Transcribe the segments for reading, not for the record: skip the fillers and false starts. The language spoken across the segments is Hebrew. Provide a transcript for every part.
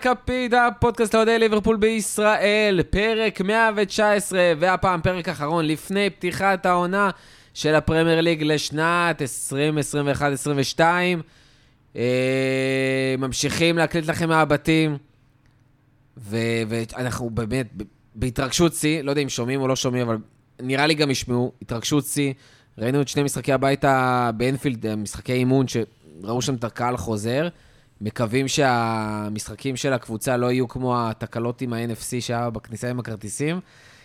הכפית, הפודקאסט לאוהדי ליברפול בישראל, פרק 119, והפעם פרק אחרון לפני פתיחת העונה של הפרמייר ליג לשנת 2021-2022. ממשיכים להקליט לכם מהבתים, ואנחנו באמת בהתרגשות שיא, לא יודע אם שומעים או לא שומעים, אבל נראה לי גם ישמעו, התרגשות שיא. ראינו את שני משחקי הביתה באנפילד, משחקי אימון שראו שם את הקהל חוזר. מקווים שהמשחקים של הקבוצה לא יהיו כמו התקלות עם ה-NFC שהיה בכניסה עם הכרטיסים,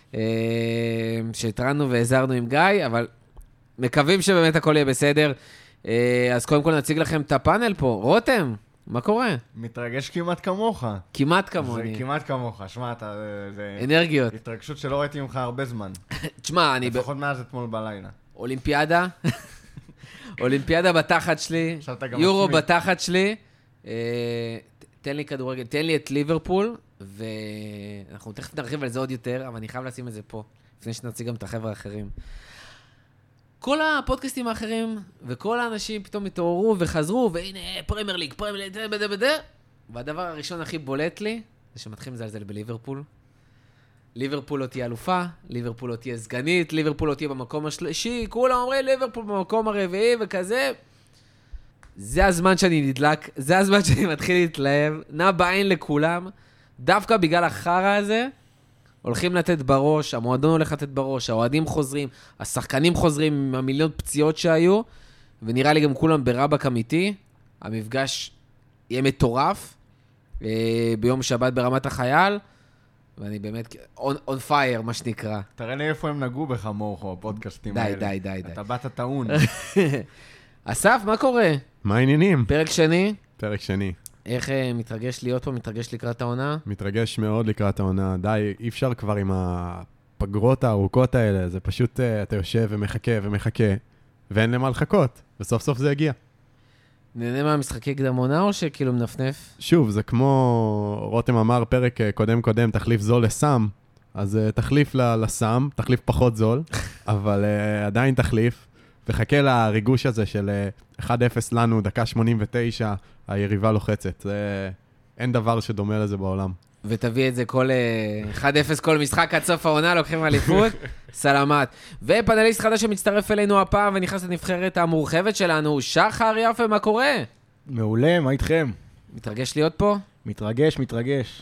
שהתרענו והזהרנו עם גיא, אבל מקווים שבאמת הכל יהיה בסדר. אז קודם כל נציג לכם את הפאנל פה. רותם, מה קורה? מתרגש כמעט כמוך. כמעט כמוני. זה כמעט כמוך, שמע, זה אנרגיות. התרגשות שלא ראיתי ממך הרבה זמן. תשמע, אני... לפחות מאז אתמול בלילה. אולימפיאדה. אולימפיאדה בתחת שלי. יורו בתחת שלי. תן לי כדורגל, תן לי את ליברפול, ואנחנו תכף נרחיב על זה עוד יותר, אבל אני חייב לשים את זה פה, לפני שנציג גם את החבר'ה האחרים. כל הפודקאסטים האחרים, וכל האנשים פתאום התעוררו וחזרו, והנה, פרמייר ליג, והדבר הראשון הכי בולט לי, זה שמתחילים לזלזל בליברפול. ליברפול לא תהיה אלופה, ליברפול לא תהיה סגנית, ליברפול לא תהיה במקום השלישי, כולם אומרים ליברפול במקום הרביעי וכזה. זה הזמן שאני נדלק, זה הזמן שאני מתחיל להתלהב, נע בעין לכולם, דווקא בגלל החרא הזה, הולכים לתת בראש, המועדון הולך לתת בראש, האוהדים חוזרים, השחקנים חוזרים עם המיליון פציעות שהיו, ונראה לי גם כולם ברבק אמיתי, המפגש יהיה מטורף, ביום שבת ברמת החייל, ואני באמת, on fire, מה שנקרא. תראה לי איפה הם נגעו בך, מורכו, הפודקאסטים האלה. די. אתה באת טעון. אסף, מה קורה? מה העניינים? פרק שני? פרק שני. איך מתרגש להיות פה, מתרגש לקראת העונה? מתרגש מאוד לקראת העונה. די, אי אפשר כבר עם הפגרות הארוכות האלה. זה פשוט, אתה יושב ומחכה, ואין למה לחכות. וסוף סוף זה הגיע. נהנה מהמשחקי קדם עונה או שכאילו מנפנף? שוב, זה כמו רותם אמר, פרק קודם, תחליף זול לסם. אז תחליף לסם, תחליף פחות זול, אבל עדיין תחליף. וחכה לריגוש הזה של 1-0 לנו, דקה 89, היריבה לוחצת. אין דבר שדומה לזה בעולם. ותביא את זה כל 1-0 כל משחק עד סוף העונה, לוקחים אליפות, סלמת. ופאנליסט חדש שמצטרף אלינו הפעם ונכנס לנבחרת המורחבת שלנו, שחר יפה, מה קורה? מעולה, מה איתכם? מתרגש להיות פה? מתרגש.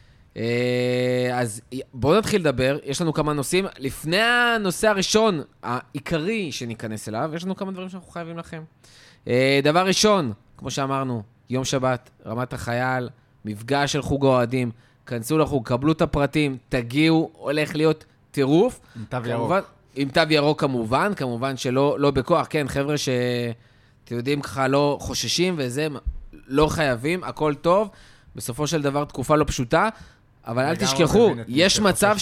אז בואו נתחיל לדבר, יש לנו כמה נושאים. לפני הנושא הראשון, העיקרי שניכנס אליו, יש לנו כמה דברים שאנחנו חייבים לכם. דבר ראשון, כמו שאמרנו, יום שבת, רמת החייל, מפגש של חוג האוהדים, כנסו לחוג, קבלו את הפרטים, תגיעו, הולך להיות טירוף. עם תו ירוק. עם תו ירוק כמובן שלא בכוח, כן, חבר'ה שאתם יודעים ככה לא חוששים וזה, לא חייבים, הכל טוב. בסופו של דבר תקופה לא פשוטה, אבל אל תשכחו, יש מצב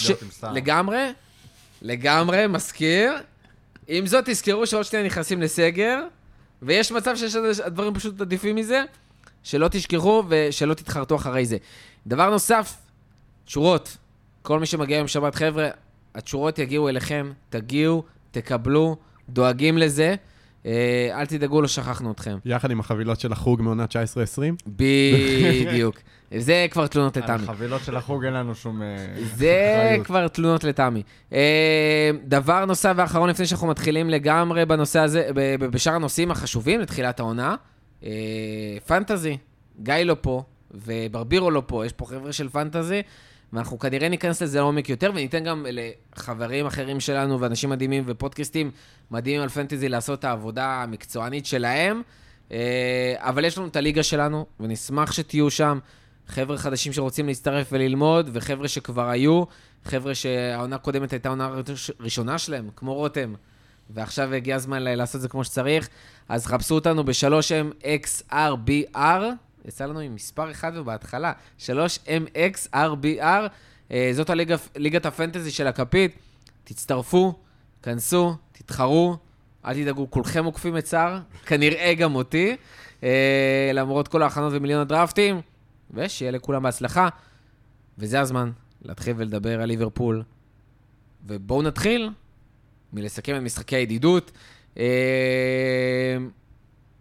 לגמרי מזכיר, עם זאת תזכרו שעוד שנייה נכנסים לסגר, ויש מצב שיש הדברים פשוט עדיפים מזה, שלא תשכחו ושלא תתחרטו אחרי זה. דבר נוסף, תשורות. כל מי שמגיע יום שבת, חבר'ה, התשורות יגיעו אליכם, תגיעו, תקבלו, דואגים לזה, אל תדאגו, לא שכחנו אתכם. יחד עם החבילות של החוג מעונה 19-20? בדיוק. זה כבר תלונות לתמי. על החבילות של החוג אין לנו שום... זה כבר תלונות לתמי. דבר נוסף ואחרון, לפני שאנחנו מתחילים לגמרי בנושא הזה, בשאר הנושאים החשובים לתחילת העונה, פנטזי. גיא לא פה, וברבירו לא פה. יש פה חבר'ה של פנטזי, ואנחנו כנראה ניכנס לזה לעומק יותר, וניתן גם לחברים אחרים שלנו, ואנשים מדהימים ופודקאסטים מדהימים על פנטזי לעשות את העבודה המקצוענית שלהם. אבל יש לנו את הליגה שלנו, ונשמח שתהיו שם. חבר'ה חדשים שרוצים להצטרף וללמוד, וחבר'ה שכבר היו, חבר'ה שהעונה הקודמת הייתה העונה ראשונה שלהם, כמו רותם, ועכשיו הגיע הזמן לעשות את זה כמו שצריך. אז חפשו אותנו ב-3MXRBR, יצא לנו עם מספר אחד ובהתחלה, 3MXRBR, זאת ליגת הפנטזי של הכפית. תצטרפו, כנסו, תתחרו, אל תדאגו, כולכם עוקפים את צער, כנראה גם אותי, למרות כל ההכנות ומיליון הדרפטים, ושיהיה לכולם בהצלחה. וזה הזמן להתחיל ולדבר על ליברפול. ובואו נתחיל מלסכם את משחקי הידידות.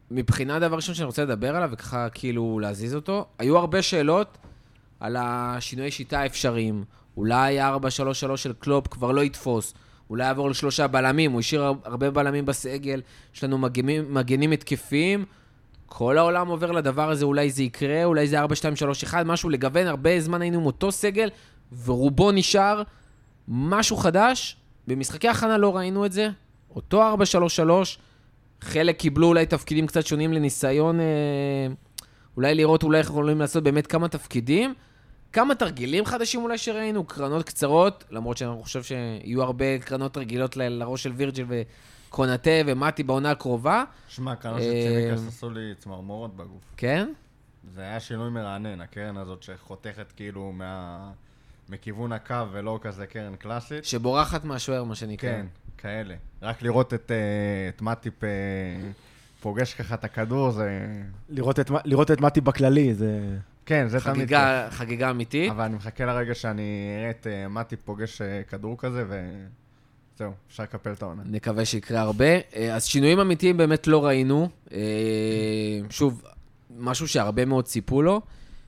מבחינה דבר ראשון שאני רוצה לדבר עליו, וככה כאילו להזיז אותו, היו הרבה שאלות על השינוי שיטה האפשריים. אולי 4-3-3 של קלופ כבר לא יתפוס, אולי יעבור ל3 בלמים, הוא השאיר הרבה בלמים בסגל, יש לנו מגנים התקפיים, כל העולם עובר לדבר הזה, אולי זה יקרה, אולי זה 4-2-3-1, משהו לגוון, הרבה זמן היינו עם אותו סגל, ורובו נשאר משהו חדש, במשחקי הכנה לא ראינו את זה, אותו 4-3-3, חלק קיבלו אולי תפקידים קצת שונים לניסיון, אולי לראות, אולי יכולים לעשות באמת כמה תפקידים, כמה תרגילים חדשים אולי שראינו, קרנות קצרות, למרות שאני חושב שיהיו הרבה קרנות רגילות לראש של וירג'יל וקונטה ומתי בעונה הקרובה. שמע, קרנות שצימקס עשו לי צמרמורות בגוף. כן? זה היה שינוי מרענן, הקרן הזאת שחותכת כאילו מכיוון הקו ולא כזה קרן קלאסית. שבורחת מהשוער, מה שנקרא. כן, כאלה. רק לראות את מתי פוגש ככה את הכדור, זה... לראות את מתי בכללי, זה... כן, זה תמיד... חגיגה אמיתית. אבל אני מחכה לרגע שאני אראה את מתי פוגש כדור כזה, וזהו, אפשר לקפל את העונה. נקווה שיקרה הרבה. אז שינויים אמיתיים באמת לא ראינו. שוב, משהו שהרבה מאוד ציפו לו.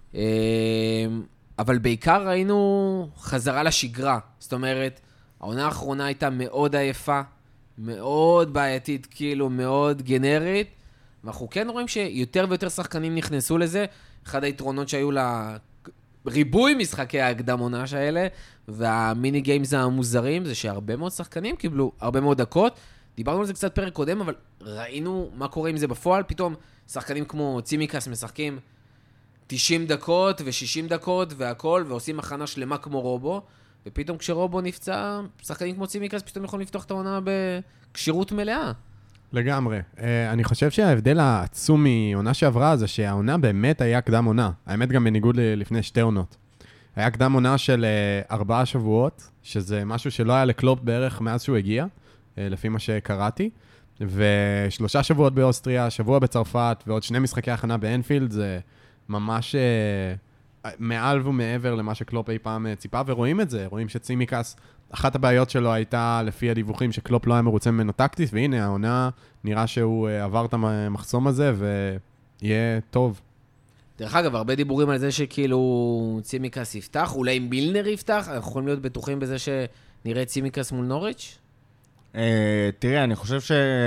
אבל בעיקר ראינו חזרה לשגרה. זאת אומרת, העונה האחרונה הייתה מאוד עייפה, מאוד בעייתית, כאילו מאוד גנרית, ואנחנו כן רואים שיותר ויותר שחקנים נכנסו לזה. אחד היתרונות שהיו לריבוי משחקי ההקדם עונה האלה, והמיני גיימס המוזרים, זה שהרבה מאוד שחקנים קיבלו הרבה מאוד דקות. דיברנו על זה קצת פרק קודם, אבל ראינו מה קורה עם זה בפועל. פתאום שחקנים כמו צימקס משחקים 90 דקות ו60 דקות והכל, ועושים הכנה שלמה כמו רובו, ופתאום כשרובו נפצע, שחקנים כמו צימקס פתאום יכולים לפתוח את העונה בקשירות מלאה. לגמרי. אני חושב שההבדל העצום מעונה שעברה זה שהעונה באמת היה קדם עונה. האמת גם בניגוד לפני 2 עונות. היה קדם עונה של 4 שבועות, שזה משהו שלא היה לקלופ בערך מאז שהוא הגיע, לפי מה שקראתי. ו3 שבועות באוסטריה, שבוע בצרפת, ועוד 2 משחקי הכנה באנפילד, זה ממש מעל ומעבר למה שקלופ אי פעם ציפה, ורואים את זה. רואים שצימקס, אחת הבעיות שלו הייתה לפי הדיווחים שקלופ לא היה מרוצה ממנו טקטית, והנה העונה נראה שהוא עבר את המחסום הזה ויהיה טוב. דרך אגב, הרבה דיבורים על זה שכאילו צימקס יפתח, אולי מילנר יפתח, אנחנו יכולים להיות בטוחים בזה שנראה צימקס מול נוריץ'? תראה, אני חושב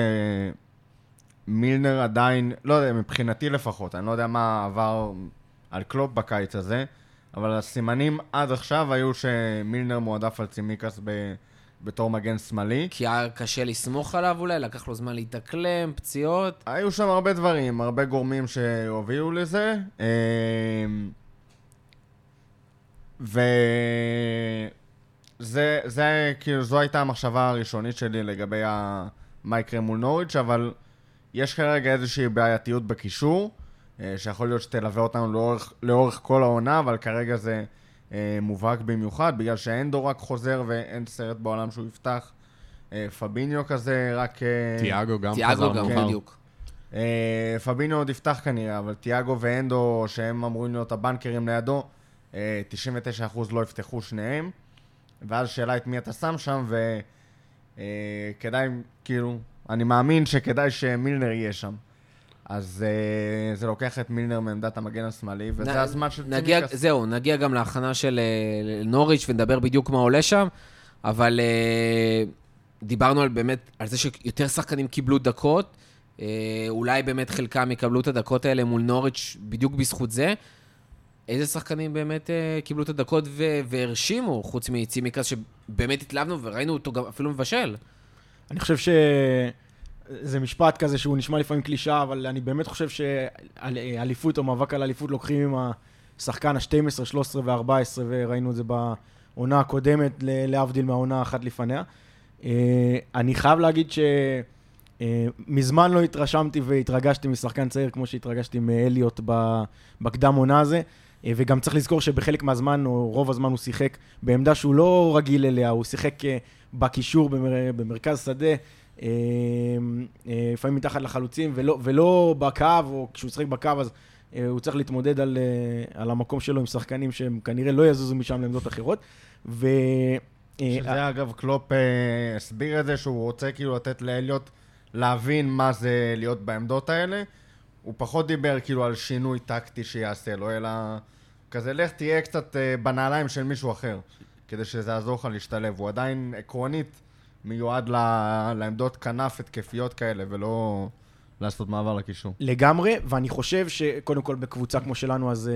שמילנר עדיין, לא יודע, מבחינתי לפחות, אני לא יודע מה עבר על קלופ בקיץ הזה, אבל הסימנים עד עכשיו היו שמילנר מועדף על צימקס בתור מגן שמאלי. כי היה קשה לסמוך עליו אולי, לקח לו זמן להתאקלם, פציעות. היו שם הרבה דברים, הרבה גורמים שהובילו לזה. זה כאילו, זו הייתה המחשבה הראשונית שלי לגבי מה יקרה מול נוריץ', אבל יש כרגע איזושהי בעייתיות בקישור, שיכול להיות שתלווה אותנו לאורך כל העונה, אבל כרגע זה מובהק במיוחד, בגלל שאנדו רק חוזר ואין סרט בעולם שהוא יפתח. פביניו כזה, רק... תיאגו גם תיאגו גם, בדיוק. פביניו עוד יפתח כנראה, אבל תיאגו ואנדו, שהם אמורים להיות הבנקרים לידו, 99% לא יפתחו שניהם. ואז שאלה את מי אתה שם שם, וכדאי, כאילו, אני מאמין שכדאי שמילנר יהיה שם. אז זה לוקח את מילנר מעמדת המגן השמאלי, וזה הזמן של צימקס. זהו, נגיע גם להכנה של נוריץ' ונדבר בדיוק מה עולה שם, אבל דיברנו באמת על זה שיותר שחקנים קיבלו דקות, אולי באמת חלקם יקבלו את הדקות האלה מול נוריץ' בדיוק בזכות זה. איזה שחקנים באמת קיבלו את הדקות והרשימו, חוץ מצימקס שבאמת התלבנו וראינו אותו גם אפילו מבשל? אני חושב זה משפט כזה שהוא נשמע לפעמים קלישה, אבל אני באמת חושב שאליפות או מאבק על אליפות לוקחים עם השחקן ה-12, 13 ו-14, וראינו את זה בעונה הקודמת, להבדיל מהעונה האחת לפניה. אני חייב להגיד שמזמן לא התרשמתי והתרגשתי משחקן צעיר כמו שהתרגשתי מאליוט בקדם עונה הזה, וגם צריך לזכור שבחלק מהזמן, או רוב הזמן הוא שיחק בעמדה שהוא לא רגיל אליה, הוא שיחק בקישור במרכז שדה, לפעמים מתחת לחלוצים, ולא בקו, או כשהוא שחק בקו, אז הוא צריך להתמודד על המקום שלו עם שחקנים שהם כנראה לא יזוזו משם לעמדות אחרות. שזה אגב, קלופ הסביר את זה, שהוא רוצה כאילו לתת לאליוט להבין מה זה להיות בעמדות האלה, הוא פחות דיבר כאילו על שינוי טקטי שיעשה לו, אלא כזה לך תהיה קצת בנעליים של מישהו אחר, כדי שזה יעזור לך להשתלב. הוא עדיין עקרונית מיועד לעמדות כנף התקפיות כאלה, ולא לעשות מעבר לקישור. לגמרי, ואני חושב שקודם כל בקבוצה כמו שלנו, אז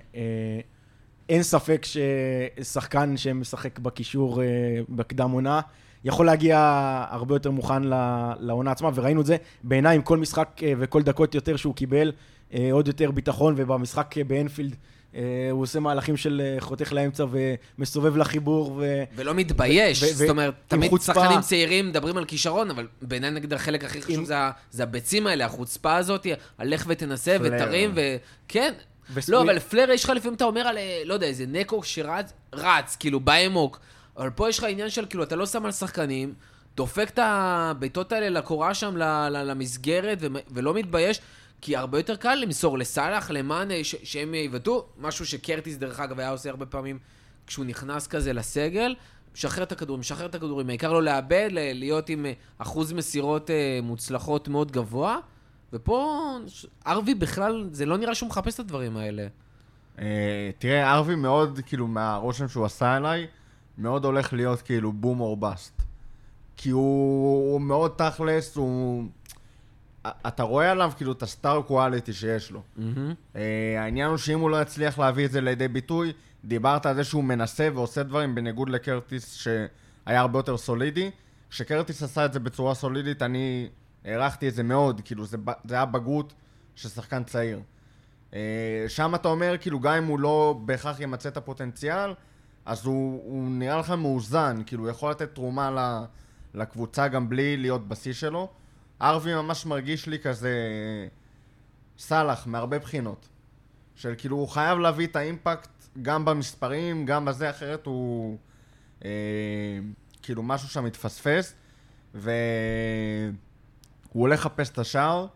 אין ספק ששחקן שמשחק בקישור בקדם עונה, יכול להגיע הרבה יותר מוכן לעונה עצמה, וראינו את זה בעיניי עם כל משחק וכל דקות יותר שהוא קיבל, עוד יותר ביטחון, ובמשחק באנפילד הוא עושה מהלכים של חותך לאמצע ומסובב לחיבור. ולא מתבייש, זאת אומרת, תמיד שחקנים צעירים מדברים על כישרון, אבל בעיניי נגיד החלק הכי חשוב זה הביצים האלה, החוצפה הזאת, הלך ותנסה ותרים, וכן. לא, אבל פלר יש לך לפעמים אתה אומר על, לא יודע, איזה נקו שרץ, כאילו באמוק, אבל פה יש לך עניין של, כאילו, אתה לא שם על שחקנים, דופק את הביתות האלה לקורה שם, למסגרת, ולא מתבייש, כי הרבה יותר קל למסור לסלח, למען שהם יבטאו, משהו שקרטיס דרך אגב היה עושה הרבה פעמים, כשהוא נכנס כזה לסגל, משחרר את הכדורים, העיקר לא לאבד, להיות עם אחוז מסירות מוצלחות מאוד גבוה, ופה ארווי בכלל, זה לא נראה שהוא מחפש את הדברים האלה. תראה, ארווי מאוד, כאילו, מהרושם שהוא עשה עליי, מאוד הולך להיות כאילו בום או בסט. כי הוא מאוד תכלס, אתה רואה עליו כאילו את הסטאר קואליטי שיש לו. העניין הוא שאם הוא לא יצליח להביא את זה לידי ביטוי, דיברת על זה שהוא מנסה ועושה דברים בניגוד לקרטיס שהיה הרבה יותר סולידי. כשקרטיס עשה את זה בצורה סולידית, אני הערכתי את זה מאוד, כאילו זה היה בגרות של שחקן צעיר. שם אתה אומר, כאילו גם אם הוא לא בהכרח ימצא את הפוטנציאל, אז הוא נראה לך מאוזן, כאילו הוא יכול לתת תרומה לקבוצה גם בלי להיות בשיא שלו. ארווי ממש מרגיש לי כזה סלח מהרבה בחינות. של כאילו הוא חייב להביא את האימפקט גם במספרים, גם בזה, אחרת הוא כאילו משהו שם מתפספס, והוא הולך לחפש את השער.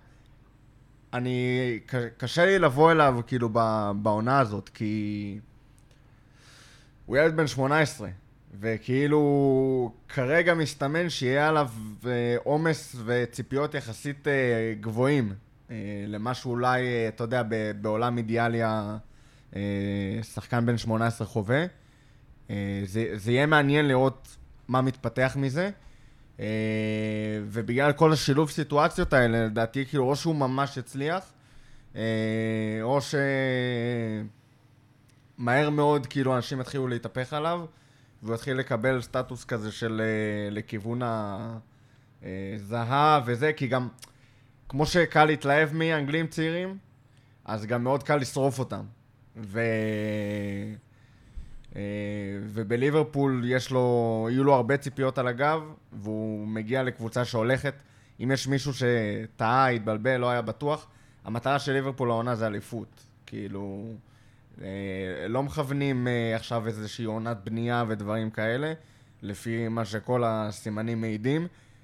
קשה לי לבוא אליו כאילו בעונה הזאת, כי הוא ילד בן 18, וכאילו כרגע מסתמן שיהיה עליו עומס וציפיות יחסית גבוהים, למשהו אולי, אתה יודע, בעולם אידיאלי שחקן בן 18 חווה. זה יהיה מעניין לראות מה מתפתח מזה, ובגלל כל השילוב סיטואציות האלה, לדעתי כאילו או שהוא ממש הצליח, או שמהר מאוד כאילו אנשים יתחילו להתהפך עליו, והוא יתחיל לקבל סטטוס כזה של לכיוון הזהב וזה, כי גם כמו שקל להתלהב מאנגלים צעירים, אז גם מאוד קל לשרוף אותם. ובליברפול יהיו לו הרבה ציפיות על הגב, והוא מגיע לקבוצה שהולכת. אם יש מישהו שטעה, התבלבל, לא היה בטוח, המטרה של ליברפול העונה זה אליפות. כאילו, לא מכוונים עכשיו איזושהי עונת בנייה ודברים כאלה, לפי מה שכל הסימנים מעידים,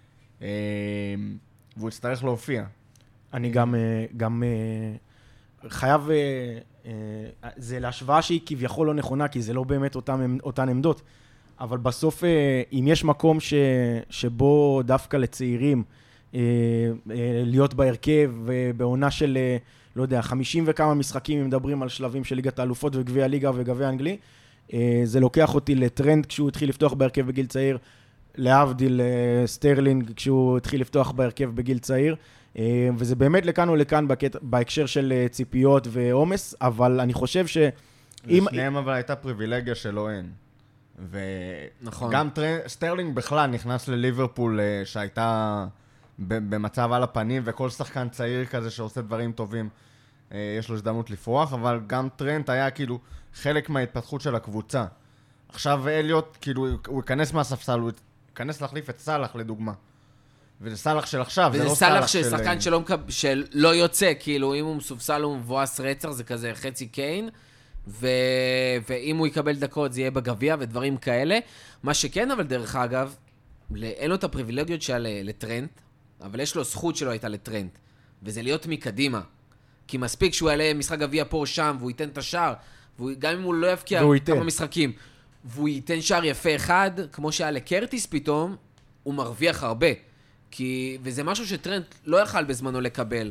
והוא יצטרך להופיע. אני גם חייב, זה להשוואה שהיא כביכול לא נכונה, כי זה לא באמת אותן עמדות, אבל בסוף, אם יש מקום שבו דווקא לצעירים להיות בהרכב ובעונה של, לא יודע, 50 וכמה משחקים, אם מדברים על שלבים של ליגת האלופות וגביע הליגה וגביע האנגלי, זה לוקח אותי לטרנד כשהוא התחיל לפתוח בהרכב בגיל צעיר, להבדיל סטרלינג כשהוא התחיל לפתוח בהרכב בגיל צעיר, וזה באמת לכאן או לכאן בהקשר של ציפיות ועומס, אבל אני חושב ש... לשניהם אבל הייתה פריבילגיה שלא אין. וגם סטרלינג בכלל נכנס לליברפול שהייתה במצב על הפנים, וכל שחקן צעיר כזה שעושה דברים טובים יש לו הזדמנות לפרוח, אבל גם טרנט היה כאילו חלק מההתפתחות של הקבוצה. עכשיו אליוט, כאילו הוא ייכנס מהספסל, הוא ייכנס להחליף את סלח לדוגמה. וזה סלח של עכשיו, זה לא סלח של... וזה סלח של שחקן שלא יוצא, כאילו אם הוא מסופסל הוא מבואס רצר, זה כזה חצי קיין, ואם הוא יקבל דקות זה יהיה בגביע ודברים כאלה. מה שכן, אבל דרך אגב, אין לו את הפריבילגיות שלה לטרנט, אבל יש לו זכות שלו הייתה לטרנט, וזה להיות מקדימה. כי מספיק שהוא יעלה משחק גביע פה או שם, והוא ייתן את השער, גם אם הוא לא יפקיע כמה משחקים, והוא ייתן שער יפה אחד, כמו שהיה לקרטיס פתאום, הוא מרוויח הרבה. וזה משהו שטרנט לא יכל בזמנו לקבל.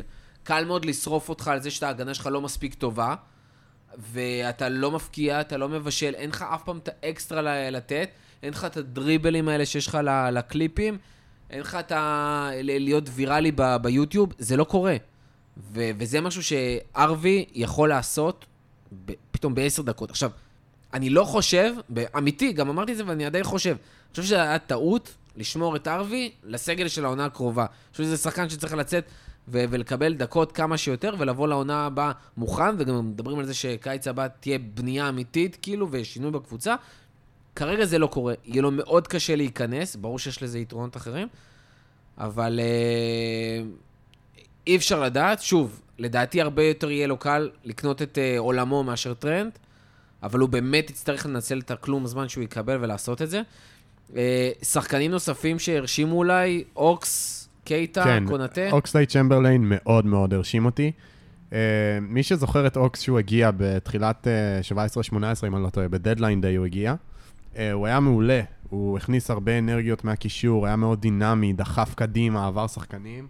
קל מאוד לשרוף אותך על זה שאתה ההגנה שלך לא מספיק טובה, ואתה לא מפקיע, אתה לא מבשל, אין לך אף פעם את האקסטרה לתת, אין לך את הדריבלים האלה שיש לך לקליפים, אין לך את להיות ויראלי ביוטיוב, זה לא קורה. וזה משהו שארווי יכול לעשות פתאום ב10 דקות. עכשיו, אני לא חושב, אמיתי, גם אמרתי את זה ואני עדיין חושב, אני חושב שזה היה טעות לשמור את ארווי לסגל של העונה הקרובה. אני חושב שזה שחקן שצריך לצאת ולקבל דקות כמה שיותר, ולבוא לעונה הבאה מוכן, וגם מדברים על זה שקיץ הבא תהיה בנייה אמיתית, כאילו, ושינוי בקבוצה. כרגע זה לא קורה. יהיה לו מאוד קשה להיכנס, ברור שיש לזה יתרונות אחרים, אבל אי אפשר לדעת. שוב, לדעתי הרבה יותר יהיה לו קל לקנות את עולמו מאשר טרנד, אבל הוא באמת יצטרך לנצל את הכלום הזמן שהוא יקבל ולעשות את זה. שחקנים נוספים שהרשימו אולי, אוקס, קייטה, כן, קונטה. אוקסלייד צ'מברליין מאוד מאוד הרשים אותי. מי שזוכר את אוקס שהוא הגיע בתחילת 17-18, אם אני לא טועה, בדדליין דיי הוא הגיע. הוא היה מעולה, הוא הכניס הרבה אנרגיות מהקישור, היה מאוד דינמי, דחף קדימה, עבר שחקנים.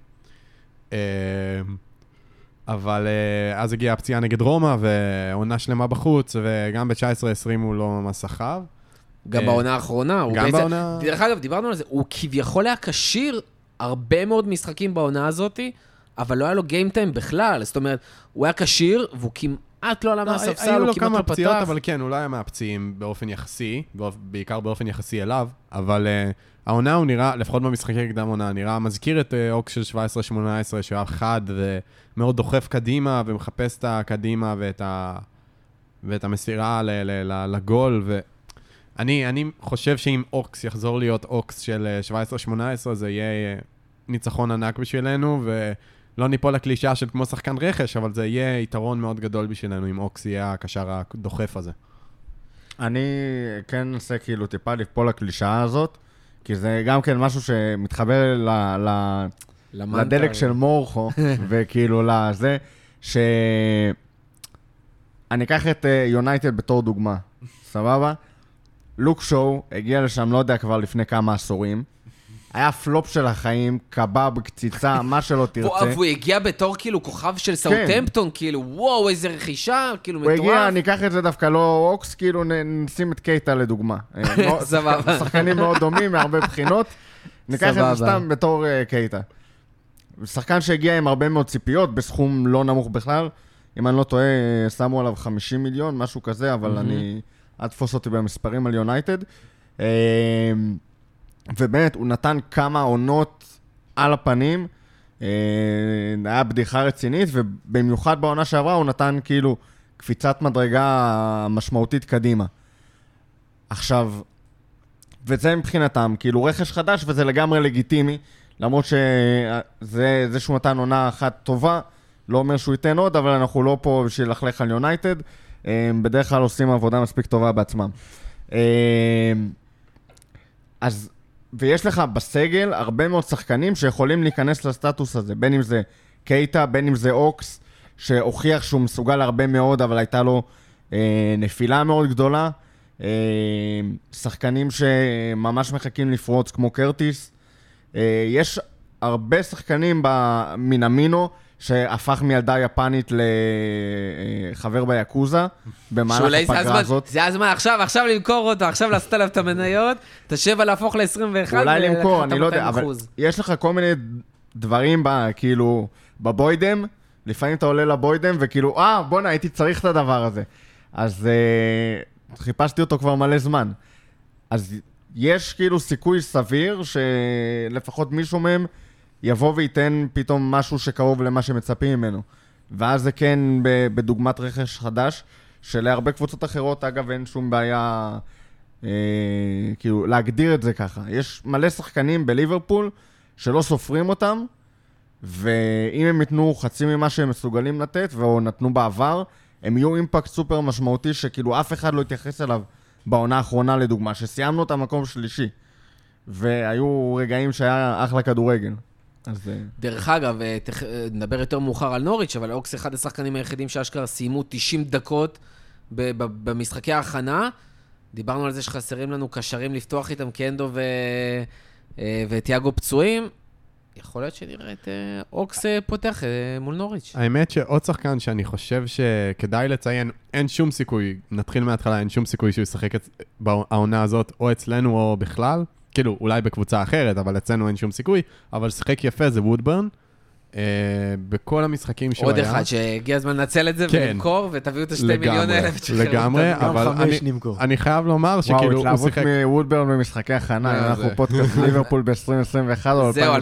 אבל אז הגיעה הפציעה נגד רומא, ועונה שלמה בחוץ, וגם ב-19-20 הוא לא ממש סחב. גם בעונה האחרונה. גם בעונה... דרך אגב, דיברנו על זה, הוא כביכול היה קשיר הרבה מאוד משחקים בעונה הזאת, אבל לא היה לו גיימטיים בכלל. זאת אומרת, הוא היה קשיר, והוא כמעט לא עלה מהספסל, הוא כמעט לא פתח. היו לו כמה פציעות, אבל כן, הוא לא היה מהפציעים באופן יחסי, בעיקר באופן יחסי אליו, אבל העונה הוא נראה, לפחות במשחקי קדם עונה, נראה מזכיר את אוקס של 17-18, שהוא היה חד ומאוד דוחף קדימה, ומחפש את הקדימה ואת המסירה לגול, אני חושב שאם אוקס יחזור להיות אוקס של 17-18, זה יהיה ניצחון ענק בשבילנו, ולא ניפול לקלישה של כמו שחקן רכש, אבל זה יהיה יתרון מאוד גדול בשבילנו, אם אוקס יהיה הקשר הדוחף הזה. אני כן אנסה כאילו טיפה ליפול לקלישה הזאת, כי זה גם כן משהו שמתחבר לדלק של מורחו, וכאילו לזה, אני אקח את יונייטד בתור דוגמה, סבבה? לוק שואו הגיע לשם, לא יודע, כבר לפני כמה עשורים. היה פלופ של החיים, קבב, קציצה, מה שלא תרצה. והוא הגיע בתור כאילו כוכב של סאוטהמפטון, כאילו, וואו, איזה רכישה, כאילו הוא מטורף. הגיע, אני אקח את זה דווקא לא אוקס, כאילו נשים את קייטה לדוגמה. סבבה. שחקנים מאוד דומים מהרבה בחינות. ניקח את זה סתם בתור קייטה. שחקן שהגיע עם הרבה מאוד ציפיות, בסכום לא נמוך בכלל. אם אני לא טועה, שמו עליו 50 מיליון, משהו כזה, אבל אני... אל תפוס אותי במספרים על יונייטד. ובאמת, הוא נתן כמה עונות על הפנים. היה בדיחה רצינית, ובמיוחד בעונה שעברה הוא נתן כאילו קפיצת מדרגה משמעותית קדימה. עכשיו, וזה מבחינתם, כאילו רכש חדש, וזה לגמרי לגיטימי, למרות שזה שהוא נתן עונה אחת טובה, לא אומר שהוא ייתן עוד, אבל אנחנו לא פה בשביל לחלך על יונייטד. בדרך כלל עושים עבודה מספיק טובה בעצמם. אז, ויש לך בסגל הרבה מאוד שחקנים שיכולים להיכנס לסטטוס הזה, בין אם זה קייטה, בין אם זה אוקס, שהוכיח שהוא מסוגל הרבה מאוד, אבל הייתה לו נפילה מאוד גדולה. שחקנים שממש מחכים לפרוץ, כמו קרטיס. יש הרבה שחקנים במינמינו, שהפך מילדה יפנית לחבר ביאקוזה, במהלך הפגרה הזאת. זה הזמן, עכשיו למכור אותו, עכשיו לעשות עליו את המניות, תשב על להפוך ל-21, אולי למכור, אני לא יודע, אבל יש לך כל מיני דברים, כאילו, בבוידם, לפעמים אתה עולה לבוידם, וכאילו, בוא'נה, הייתי צריך את הדבר הזה. אז חיפשתי אותו כבר מלא זמן. אז יש כאילו סיכוי סביר, שלפחות מישהו מהם, יבוא וייתן פתאום משהו שקרוב למה שמצפים ממנו. ואז זה כן בדוגמת רכש חדש, שלהרבה קבוצות אחרות, אגב, אין שום בעיה, כאילו, להגדיר את זה ככה. יש מלא שחקנים בליברפול שלא סופרים אותם, ואם הם יתנו חצי ממה שהם מסוגלים לתת, או נתנו בעבר, הם יהיו אימפקט סופר משמעותי, שכאילו אף אחד לא יתייחס אליו בעונה האחרונה, לדוגמה, שסיימנו את המקום שלישי. והיו רגעים שהיה אחלה כדורגל. דרך אגב, נדבר יותר מאוחר על נוריץ', אבל אוקס אחד השחקנים היחידים שאשכרה סיימו 90 דקות במשחקי ההכנה. דיברנו על זה שחסרים לנו קשרים לפתוח איתם, קנדו וטיאגו פצועים. יכול להיות שנראה את אוקס פותח מול נוריץ'. האמת שעוד שחקן שאני חושב שכדאי לציין, אין שום סיכוי, נתחיל מההתחלה, אין שום סיכוי שהוא ישחק בעונה הזאת, או אצלנו או בכלל, כאילו אולי בקבוצה אחרת, אבל אצלנו אין שום סיכוי, אבל שחק יפה זה וודברן, בכל המשחקים שהוא עוד היה. אחד שהגיע הזמן לנצל את זה כן. ולמכור, ותביאו את ה2 מיליון האלה. לגמרי, אבל אני חייב לומר שכאילו הוא התלהבות שיחק... מוודברן במשחקי הכנה, אנחנו פודקאסט ליברפול ב-2021 או 2016. זהו,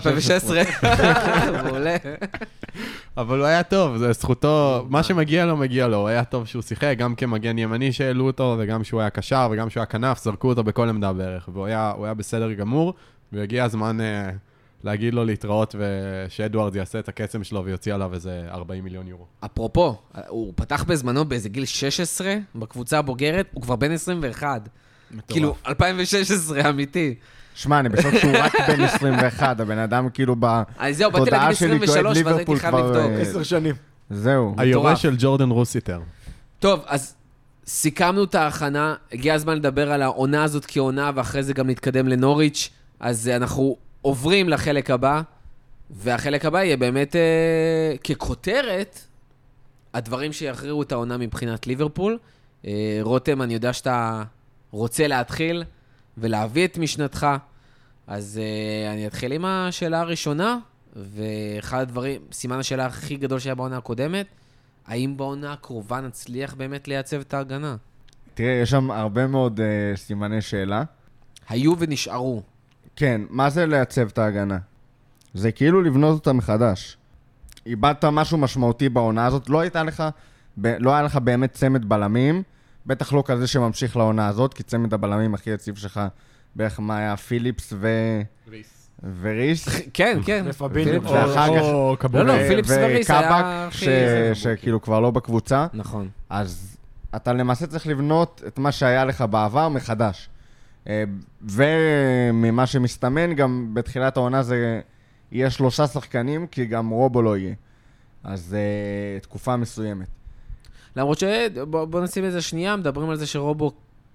2016. מעולה. אבל הוא היה טוב, זה זכותו, מה שמגיע לו, מגיע לו. הוא היה טוב שהוא שיחק, גם כמגן ימני שהעלו אותו, וגם שהוא היה קשר, וגם שהוא היה כנף, זרקו אותו בכל עמדה בערך. והוא היה בסדר גמור, והגיע הזמן להגיד לו להתראות, ושאדוארד יעשה את הקצם שלו, ויוציא עליו איזה 40 מיליון יורו. אפרופו, הוא פתח בזמנו באיזה גיל 16, בקבוצה הבוגרת, הוא כבר בן 21. כאילו, 2016, אמיתי. שמע, אני בשוק שהוא רק בן 21, הבן אדם כאילו זהו, באתי להגיד 23, ואז הייתי חייב לבדוק. 10 שנים. זהו. היורה של ג'ורדן רוסיטר. טוב, אז סיכמנו את ההכנה, הגיע הזמן לדבר על העונה הזאת כעונה, ואחרי זה גם נתקדם לנוריץ', אז אנחנו עוברים לחלק הבא, והחלק הבא יהיה באמת ככותרת, הדברים שיכריעו את העונה מבחינת ליברפול. רותם, אני יודע שאתה רוצה להתחיל ולהביא את משנתך, אז אני אתחיל עם השאלה הראשונה, ואחד הדברים, סימן השאלה הכי גדול שהיה בעונה הקודמת, האם בעונה הקרובה נצליח באמת לייצב את ההגנה? תראה, יש שם הרבה מאוד סימני שאלה. היו ונשארו. כן, מה זה לייצב את ההגנה? זה כאילו לבנות אותה מחדש. איבדת משהו משמעותי בעונה הזאת, לא היה לך באמת צמד בלמים, בטח לא כזה שממשיך לעונה הזאת, כי צמד הבלמים הכי יציב שלך בערך מה היה פיליפס וריס. כן, כן. ופביניו. ואחר כך... לא, פיליפס וריס היה הכי... שכאילו כבר לא בקבוצה. נכון. אז אתה למעשה צריך לבנות את מה שהיה לך בעבר מחדש. וממה שמסתמן, גם בתחילת העונה זה יהיה 3 שחקנים, כי גם רובו לא יהיה. אז תקופה מסוימת. למרות בוא נשים את זה שנייה, מדברים על זה שרובו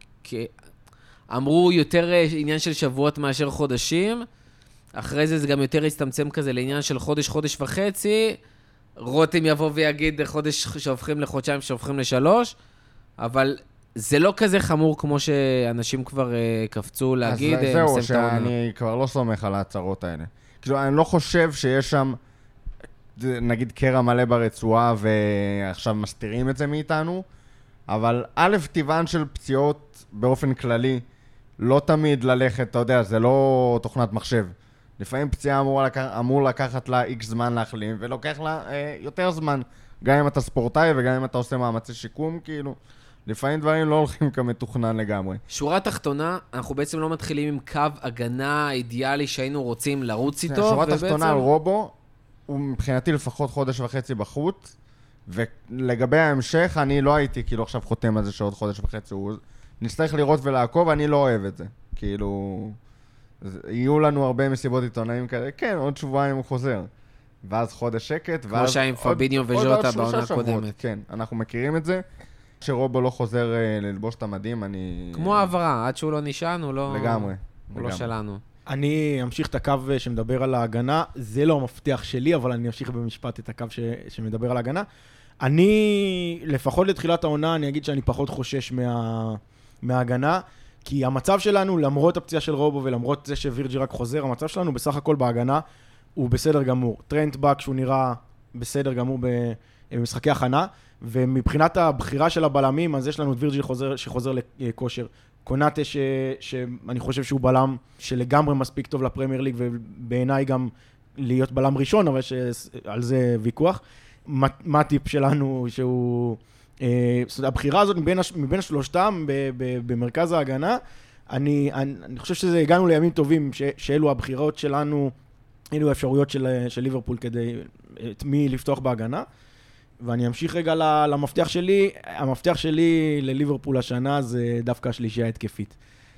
אמרו יותר עניין של שבועות מאשר חודשים, אחרי זה גם יותר הסתמצם כזה לעניין של חודש, חודש וחצי, רותם יבוא ויגיד חודש שהופכים לחודשיים, שהופכים ל3, אבל זה לא כזה חמור כמו שאנשים כבר קפצו להגיד. אז זהו, שאני כבר לא סומך על ההצהרות האלה. כאילו, אני לא חושב שיש שם, נגיד, קרע מלא ברצועה, ועכשיו מסתירים את זה מאיתנו, אבל א', טבען של פציעות באופן כללי, לא תמיד ללכת, אתה יודע, זה לא תוכנת מחשב. לפעמים פציעה אמור לקחת לה X זמן להחלים, ולוקח לה יותר זמן, גם אם אתה ספורטאי וגם אם אתה עושה מאמצי שיקום, כאילו, לפעמים דברים לא הולכים כמתוכנן לגמרי. שורה תחתונה, אנחנו בעצם לא מתחילים עם קו הגנה אידיאלי שהיינו רוצים לרוץ איתו. שורה תחתונה על רובו, הוא מבחינתי לפחות חודש וחצי בחוץ, ולגבי ההמשך, אני לא הייתי כאילו עכשיו חותם על זה שעוד חודש וחצי, הוא נצטרך לראות ולעקוב, אני לא אוהב את זה. כאילו, יהיו לנו הרבה מסיבות עיתונאים כאלה, כן, עוד שבועיים הוא חוזר. ואז חודש שקט, ואז... כמו שהיה עם פביניו וז'וטה בעונה הקודמת. כן, אנחנו מכירים את זה. כשרובו לא חוזר ללבוש את המדים, אני... כמו העברה, עד שהוא לא נשען, הוא לא... לגמרי. הוא לא שלנו. אני אמשיך את הקו שמדבר על ההגנה, זה לא המפתח שלי, אבל אני אמשיך במשפט את הקו שמדבר על ההגנה. אני, לפחות לתחילת העונה, אני אגיד שאני פחות חושש מההגנה, כי המצב שלנו, למרות הפציעה של רובו ולמרות זה שווירג'י רק חוזר, המצב שלנו בסך הכל בהגנה הוא בסדר גמור. טרנט בק שהוא נראה בסדר גמור במשחקי הכנה, ומבחינת הבחירה של הבלמים, אז יש לנו את וירג'י שחוזר לכושר. קונאטה שאני חושב שהוא בלם שלגמרי מספיק טוב לפרמייר ליג, ובעיניי גם להיות בלם ראשון, אבל שעל זה ויכוח. מטיפ שלנו שהוא... הבחירה הזאת מבין שלושתם במרכז ההגנה, אני חושב שזה הגענו לימים טובים, שאלו הבחירות שלנו, אלו האפשרויות של ליברפול כדי את מי לפתוח בהגנה. ואני אמשיך רגע למפתח שלי. המפתח שלי לליברפול השנה זה דווקא השלישייה ההתקפית.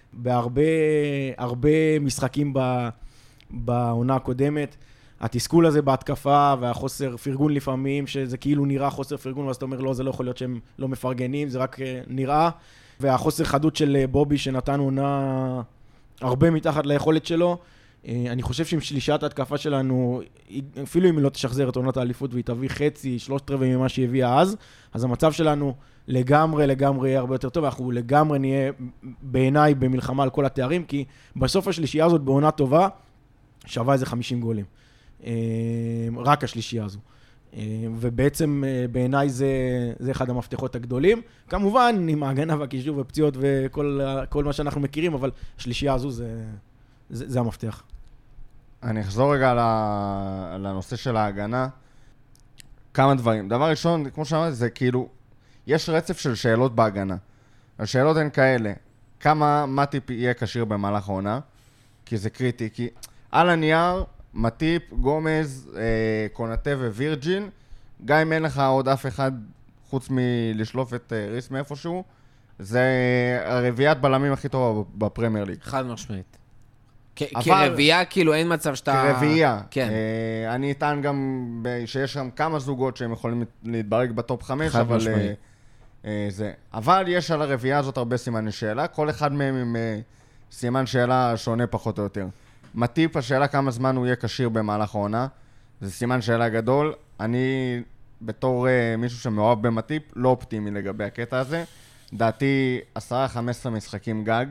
בהרבה משחקים בעונה הקודמת, התסכול הזה בהתקפה והחוסר פרגון לפעמים, שזה כאילו נראה חוסר פרגון, ואז אתה אומר, לא, זה לא יכול להיות שהם לא מפרגנים, זה רק נראה. והחוסר חדות של בובי שנתן עונה הרבה מתחת ליכולת שלו, אני חושב שעם שלישת ההתקפה שלנו, אפילו אם היא לא תשחזר את עונת האליפות והיא תביא חצי, 3/4 ממה שהיא הביאה אז המצב שלנו לגמרי יהיה הרבה יותר טוב, אנחנו לגמרי נהיה בעיניי במלחמה על כל התארים, כי בסוף השלישייה הזאת בעונה טובה, שווה איזה 50 גולים. רק השלישייה הזו. ובעצם בעיניי זה אחד המפתחות הגדולים. כמובן, עם ההגנה והקישור ופציעות וכל מה שאנחנו מכירים, אבל השלישייה הזו זה המפתח. אני אחזור רגע לנושא של ההגנה. כמה דברים. דבר ראשון, כמו שאמרתי, זה כאילו, יש רצף של שאלות בהגנה. השאלות הן כאלה, כמה מטיפ יהיה קשיר במהלך העונה, כי זה קריטי, כי על הנייר, מטיפ, גומז, קונטה ווירג'יל, גם אם אין לך עוד אף אחד חוץ מלשלוף את ריס מאיפשהו, זה הרביעיית בלמים הכי טובה בפרמייר ליג. חד משמעית. כרביעייה, כאילו אין מצב שאתה... כרביעייה. כן. אני אטען גם שיש שם כמה זוגות שהם יכולים להתברג בטופ 5, חד משמעית. זה. אבל יש על הרביעייה הזאת הרבה סימני שאלה, כל אחד מהם עם סימן שאלה שונה פחות או יותר. מטיפ, השאלה כמה זמן הוא יהיה קשיר במהלך העונה, זה סימן שאלה גדול. אני, בתור מישהו שמאוהב במטיפ, לא אופטימי לגבי הקטע הזה. דעתי 10-15 משחקים גג.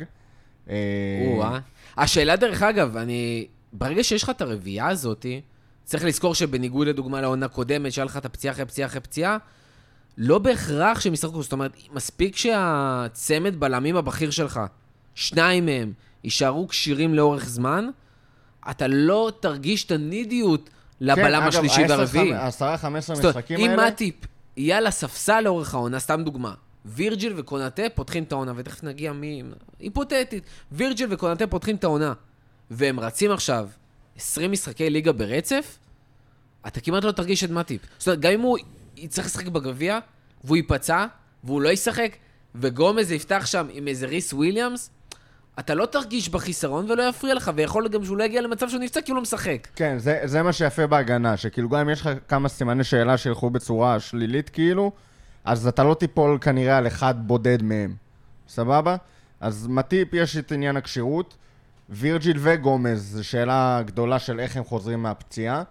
השאלה דרך אגב, ברגע שיש לך את הרביעייה הזאת, צריך לזכור שבניגוד לדוגמה לעונה קודמת, שהיה לך את הפציעה אחרי פציעה אחרי פציעה, לא בהכרח שהם ישחקו, זאת אומרת, מספיק שהצמד בלמים הבכיר שלך, 2 מהם, יישארו קשירים לאורך זמן, אתה לא תרגיש את הנידיות לבלם השלישי והרביעי. 10-15 משחקים האלה? אם מטיפ יהיה על הספסל לאורך העונה, סתם דוגמה, וירג'יל וקונטה פותחים את העונה, ותכף נגיע היפותטית, וירג'יל וקונטה פותחים את העונה, והם רצים עכשיו 20 משחקי ליגה ברצף, אתה כמעט לא תרגיש את מטיפ. זאת אומרת, גם אם הוא יצטרך לשחק בגביע, והוא ייפצע, והוא לא ישחק, וגומז יפתח שם עם איזה ריס וויליאמס, אתה לא תרגיש בחיסרון ולא יפריע לך, ויכול גם שהוא לא יגיע למצב שהוא נפצע כי הוא לא משחק. כן, זה מה שיפה בהגנה, שכאילו גם אם יש לך כמה סימני שאלה שילכו בצורה שלילית כאילו, אז אתה לא תיפול כנראה על אחד בודד מהם. סבבה? אז מטיפ יש את עניין הקשירות, וירג'יל וגומז, זו שאלה גדולה של איך הם חוזרים מהפציעה.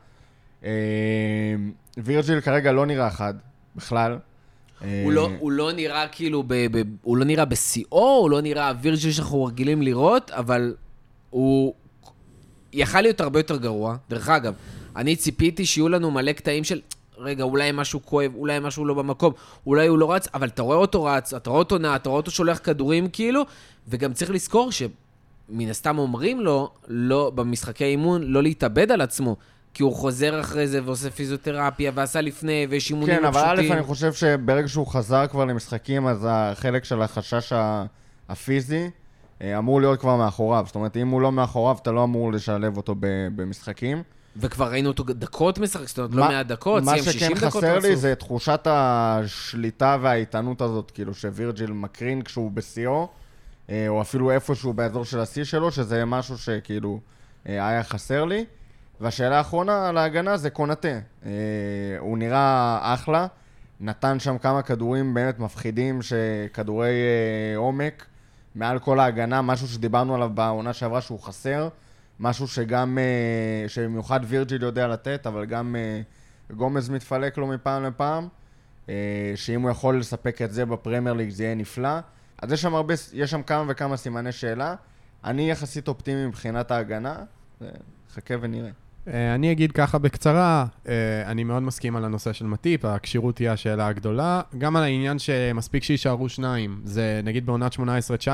וירג'יל כרגע לא נראה אחד, בכלל. הוא לא נראה כאילו, הוא לא נראה בשיאו, הוא לא נראה וירג'יל שאנחנו רגילים לראות, אבל הוא יכל להיות הרבה יותר גרוע. דרך אגב, אני ציפיתי שיהיו לנו מלא קטעים של, רגע, אולי משהו כואב, אולי משהו לא במקום, אולי הוא לא רץ, אבל אתה רואה אותו רץ, אתה רואה אותו נע, אתה רואה אותו שולח כדורים כאילו, וגם צריך לזכור שמן הסתם אומרים לו, לא, במשחקי אימון, לא להתאבד על עצמו, כי הוא חוזר אחרי זה ועושה פיזיותרפיה ועשה לפני ויש אימונים פשוטים. כן, אבל א', אני חושב שברגע שהוא חזר כבר למשחקים, אז החלק של החשש הפיזי אמור להיות כבר מאחוריו. זאת אומרת, אם הוא לא מאחוריו, אתה לא אמור לשלב אותו במשחקים. וכבר ראינו אותו דקות משחק, זאת אומרת, לא 100 דקות, סיים 60 דקות. מה שכן חסר לי זה תחושת השליטה והאיתנות הזאת, כאילו שווירג'יל מקרין כשהוא בשיאו, או אפילו איפשהו באזור של השיא שלו, שזה משהו שכאילו היה חסר לי. והשאלה האחרונה על ההגנה זה קונטה. הוא נראה אחלה, נתן שם כמה כדורים באמת מפחידים, שכדורי עומק, מעל כל ההגנה, משהו שדיברנו עליו בעונה שעברה שהוא חסר, משהו שגם, שבמיוחד וירג'יל יודע לתת, אבל גם גומז מתפלק לו מפעם לפעם, שאם הוא יכול לספק את זה בפרמייר ליג זה יהיה נפלא. אז יש שם כמה וכמה סימני שאלה. אני יחסית אופטימי מבחינת ההגנה, חכה ונראה. אני אגיד ככה בקצרה, אני מאוד מסכים על הנושא של מטיפ, הקשירות תהיה השאלה הגדולה, גם על העניין שמספיק שישארו 2, זה נגיד בעונת 18-19,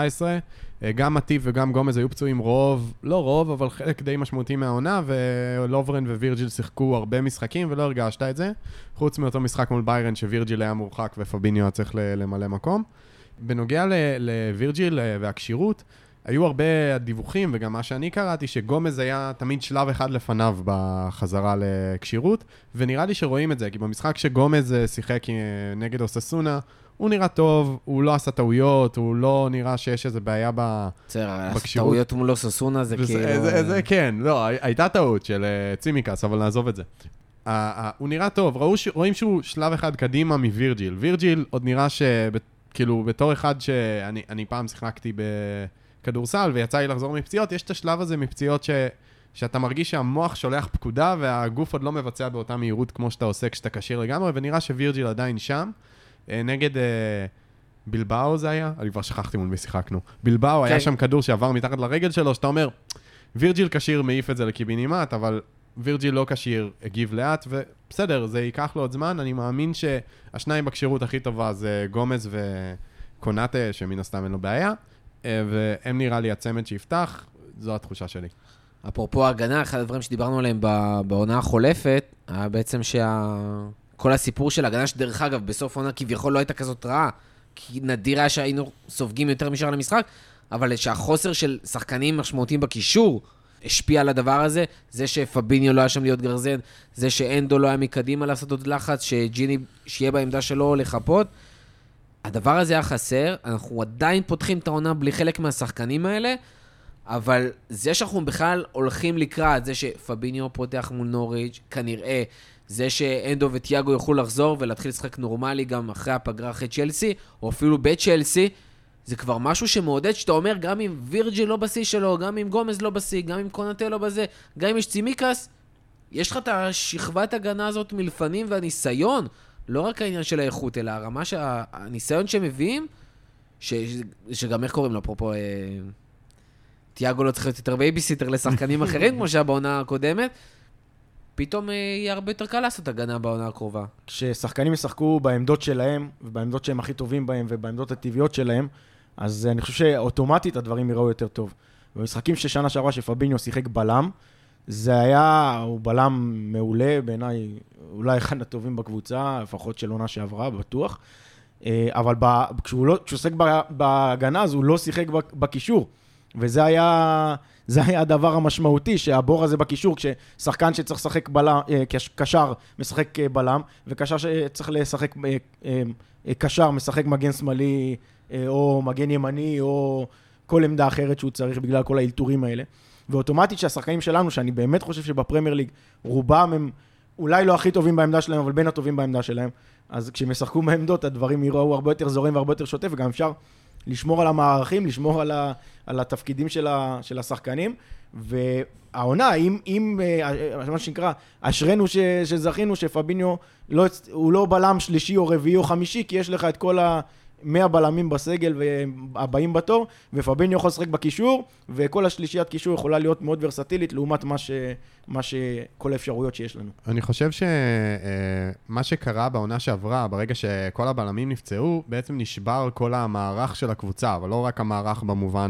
גם מטיפ וגם גומז היו פצועים לא רוב, אבל חלק די משמעותי מהעונה, ולוברן ווירג'יל שיחקו הרבה משחקים ולא הרגשת את זה, חוץ מאותו משחק מול ביירן שווירג'יל היה מורחק ופביניו צריך למלא מקום. בנוגע לווירג'יל והקשירות, היו הרבה דיווחים, וגם מה שאני קראתי, שגומז היה תמיד שלב אחד לפניו בחזרה לקשירות, ונראה לי שרואים את זה, כי במשחק שגומז שיחק נגד אוססונה, הוא נראה טוב, הוא לא עשה טעויות, הוא לא נראה שיש איזו בעיה בקשירות. טעויות מול אוססונה זה כאילו... זה כן, לא, הייתה טעות של צימיקס, אבל נעזוב את זה. הוא נראה טוב, רואים שהוא שלב אחד קדימה מווירג'יל. וירג'יל עוד נראה כאילו בתור אחד שאני פעם שיחקתי כדורסל, ויצא לי לחזור מפציעות, יש את השלב הזה מפציעות שאתה מרגיש שהמוח שולח פקודה והגוף עוד לא מבצע באותה מהירות כמו שאתה עושה כשאתה קשיר לגמרי, ונראה שווירג'יל עדיין שם. נגד בלבאו זה היה? אני כבר שכחתי מול מי שיחקנו. בלבאו היה שם כדור שעבר מתחת לרגל שלו, שאתה אומר, וירג'יל קשיר מעיף את זה לקיבינימט, אבל וירג'יל לא קשיר, הגיב לאט, ובסדר, זה ייקח לו עוד זמן. אני מאמין שהשניים בקשירות הכי טובה זה גומז וקונאטה, שמן הסתם אין לו בעיה, והם נראה לי הצמד שיפתח, זו התחושה שלי. אפרופו ההגנה, אחד הדברים שדיברנו עליהם בעונה החולפת, היה בעצם כל הסיפור של ההגנה, שדרך אגב, בסוף העונה כביכול לא הייתה כזאת רעה, כי נדיר היה שהיינו סופגים יותר משאר למשחק, אבל שהחוסר של שחקנים משמעותיים בקישור השפיע על הדבר הזה, זה שפביניו לא היה שם להיות גרזן, זה שאנדו לא היה מקדימה לעשות עוד לחץ, שג'יני שיהיה בעמדה שלו לחפות, הדבר הזה היה חסר, אנחנו עדיין פותחים את העונה בלי חלק מהשחקנים האלה, אבל זה שאנחנו בכלל הולכים לקראת, זה שפביניו פותח מול נוריץ', כנראה, זה שאנדו וטיאגו יוכלו לחזור ולהתחיל לשחק נורמלי גם אחרי הפגרה אחרי צ'לסי, או אפילו בצ'לסי, זה כבר משהו שמעודד שאתה אומר, גם אם וירג'יל לא בשיא שלו, גם אם גומז לא בשיא, גם אם קונאטה לא בזה, גם אם יש צימיקס, יש לך את השכבת הגנה הזאת מלפנים והניסיון, לא רק העניין של האיכות, אלא הרמה הניסיון שהם מביאים, שגם איך קוראים לו, אפרופו, טיאגו לא צריך להיות יותר בייביסיטר לשחקנים אחרים, כמו שהיה בעונה הקודמת, פתאום יהיה הרבה יותר קל לעשות הגנה בעונה הקרובה. כששחקנים ישחקו בעמדות שלהם, ובעמדות שהם הכי טובים בהם, ובעמדות הטבעיות שלהם, אז אני חושב שאוטומטית הדברים יראו יותר טוב. במשחקים ששנה שעברה שפביניו שיחק בלם, זה היה, הוא בלם מעולה, בעיניי אולי אחד הטובים בקבוצה, לפחות של עונה שעברה, בטוח. אבל כשהוא שיחק בהגנה, אז הוא לא שיחק בקישור. וזה היה הדבר המשמעותי, שהבור הזה בקישור, כששחקן שצריך לשחק בלם, קשר משחק בלם, וקשר שצריך לשחק קשר משחק מגן שמאלי, או מגן ימני, או כל עמדה אחרת שהוא צריך בגלל כל האלתורים האלה. ואוטומטית שהשחקנים שלנו, שאני באמת חושב שבפרמייר ליג, רובם הם אולי לא הכי טובים בעמדה שלהם, אבל בין הטובים בעמדה שלהם. אז כשמשחקו בעמדות, הדברים יראו הרבה יותר זורם והרבה יותר שוטף, וגם אפשר לשמור על המערכים, לשמור על התפקידים של השחקנים. והעונה, אם מה שנקרא, אשרנו שזכינו שפביניו הוא לא בלם שלישי או רביעי או חמישי, כי יש לך את כל 100 בלמים בסגל והבאים בתור, ופביניו יכול לשחק בקישור, וכל השלישיית קישור יכולה להיות מאוד ורסטילית, לעומת כל האפשרויות שיש לנו. אני חושב שמה שקרה בעונה שעברה, ברגע שכל הבלמים נפצעו, בעצם נשבר כל המערך של הקבוצה, אבל לא רק המערך במובן